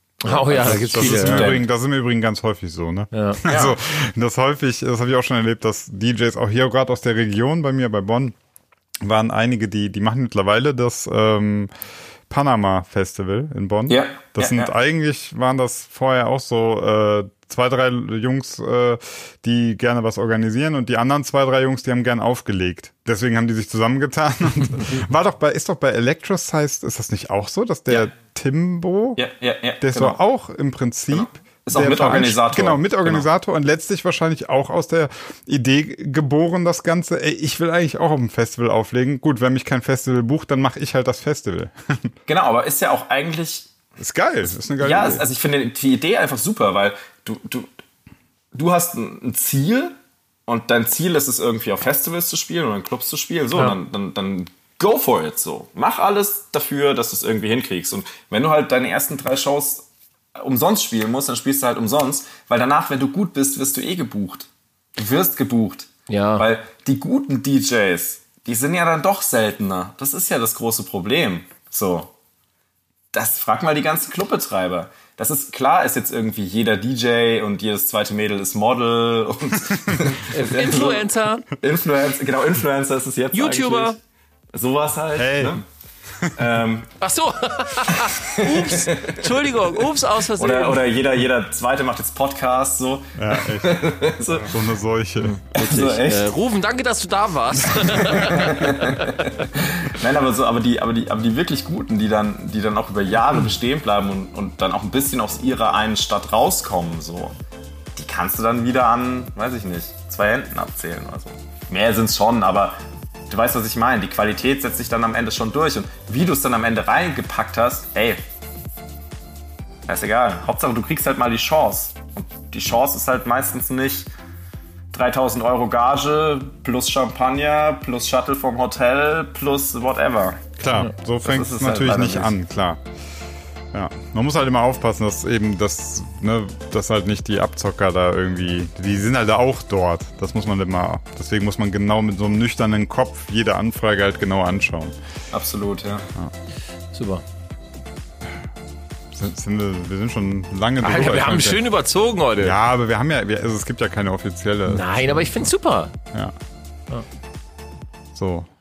Oh ja, da gibt's Das ist, viele. im Ja. Übrigen, das ist im Übrigen ganz häufig so, ne? Ja. Also, das häufig, das habe ich auch schon erlebt, dass D Js auch hier gerade aus der Region bei mir, bei Bonn, waren einige, die, die machen mittlerweile das ähm, Panama Festival in Bonn. Ja, Das ja, sind ja. eigentlich, waren das vorher auch so äh, zwei, drei Jungs, äh, die gerne was organisieren und die anderen zwei, drei Jungs, die haben gern aufgelegt. Deswegen haben die sich zusammengetan und war doch bei, ist doch bei Electrosize, ist das nicht auch so, dass der Ja. Timbo, Ja, ja, ja. der ist genau. doch auch im Prinzip Genau. Ist auch der Mitorganisator. Veranst- Genau, Mitorganisator und letztlich wahrscheinlich auch aus der Idee geboren, das Ganze, ey, ich will eigentlich auch auf dem Festival auflegen. Gut, wenn mich kein Festival bucht, dann mache ich halt das Festival. Genau, aber ist ja auch eigentlich. Ist geil, ist eine geile Ja, Idee. also ich finde die Idee einfach super, weil du, du, du hast ein Ziel und dein Ziel ist es irgendwie auf Festivals zu spielen oder in Clubs zu spielen. So, Ja. dann, dann, dann go for it so. Mach alles dafür, dass du es irgendwie hinkriegst. Und wenn du halt deine ersten drei Shows umsonst spielen musst, dann spielst du halt umsonst, weil danach, wenn du gut bist, wirst du eh gebucht. Du wirst gebucht. Ja. Weil die guten D Js, die sind ja dann doch seltener. Das ist ja das große Problem. So. Das frag mal die ganzen Clubbetreiber. Das ist klar, ist jetzt irgendwie jeder D J und jedes zweite Mädel ist Model und Influencer, Influencer, genau, Influencer ist es jetzt YouTuber. eigentlich. Sowas halt. Hey. Ne? ähm, Ach so. Ups. Entschuldigung. Ups, aus Versehen. oder oder jeder, jeder Zweite macht jetzt Podcast so. Ja, echt. so. So eine Seuche. so echt. Äh, Rufen, danke, dass du da warst. Nein, aber so, aber die, aber die, aber die wirklich Guten, die dann, die dann auch über Jahre bestehen bleiben und, und dann auch ein bisschen aus ihrer einen Stadt rauskommen, so, die kannst du dann wieder an, weiß ich nicht, zwei Händen abzählen oder so. Mehr sind's schon, aber du weißt, was ich meine. Die Qualität setzt sich dann am Ende schon durch und wie du es dann am Ende reingepackt hast, ey, ist egal. Hauptsache, du kriegst halt mal die Chance. Und die Chance ist halt meistens nicht dreitausend Euro Gage plus Champagner plus Shuttle vom Hotel plus whatever. Klar, so fängt es natürlich halt nicht an, klar. Ja, man muss halt immer aufpassen, dass eben das, ne, dass halt nicht die Abzocker da irgendwie, die sind halt auch dort. Das muss man immer, deswegen muss man genau mit so einem nüchternen Kopf jede Anfrage halt genau anschauen. Absolut, ja. ja. Super. Sind, sind wir, wir sind schon lange Alter, drüber. wir Ich haben mein, schön überzogen heute. Ja, aber wir haben ja, wir, also es gibt ja keine offizielle. Nein, aber ich find's super. Ja. Ja. So.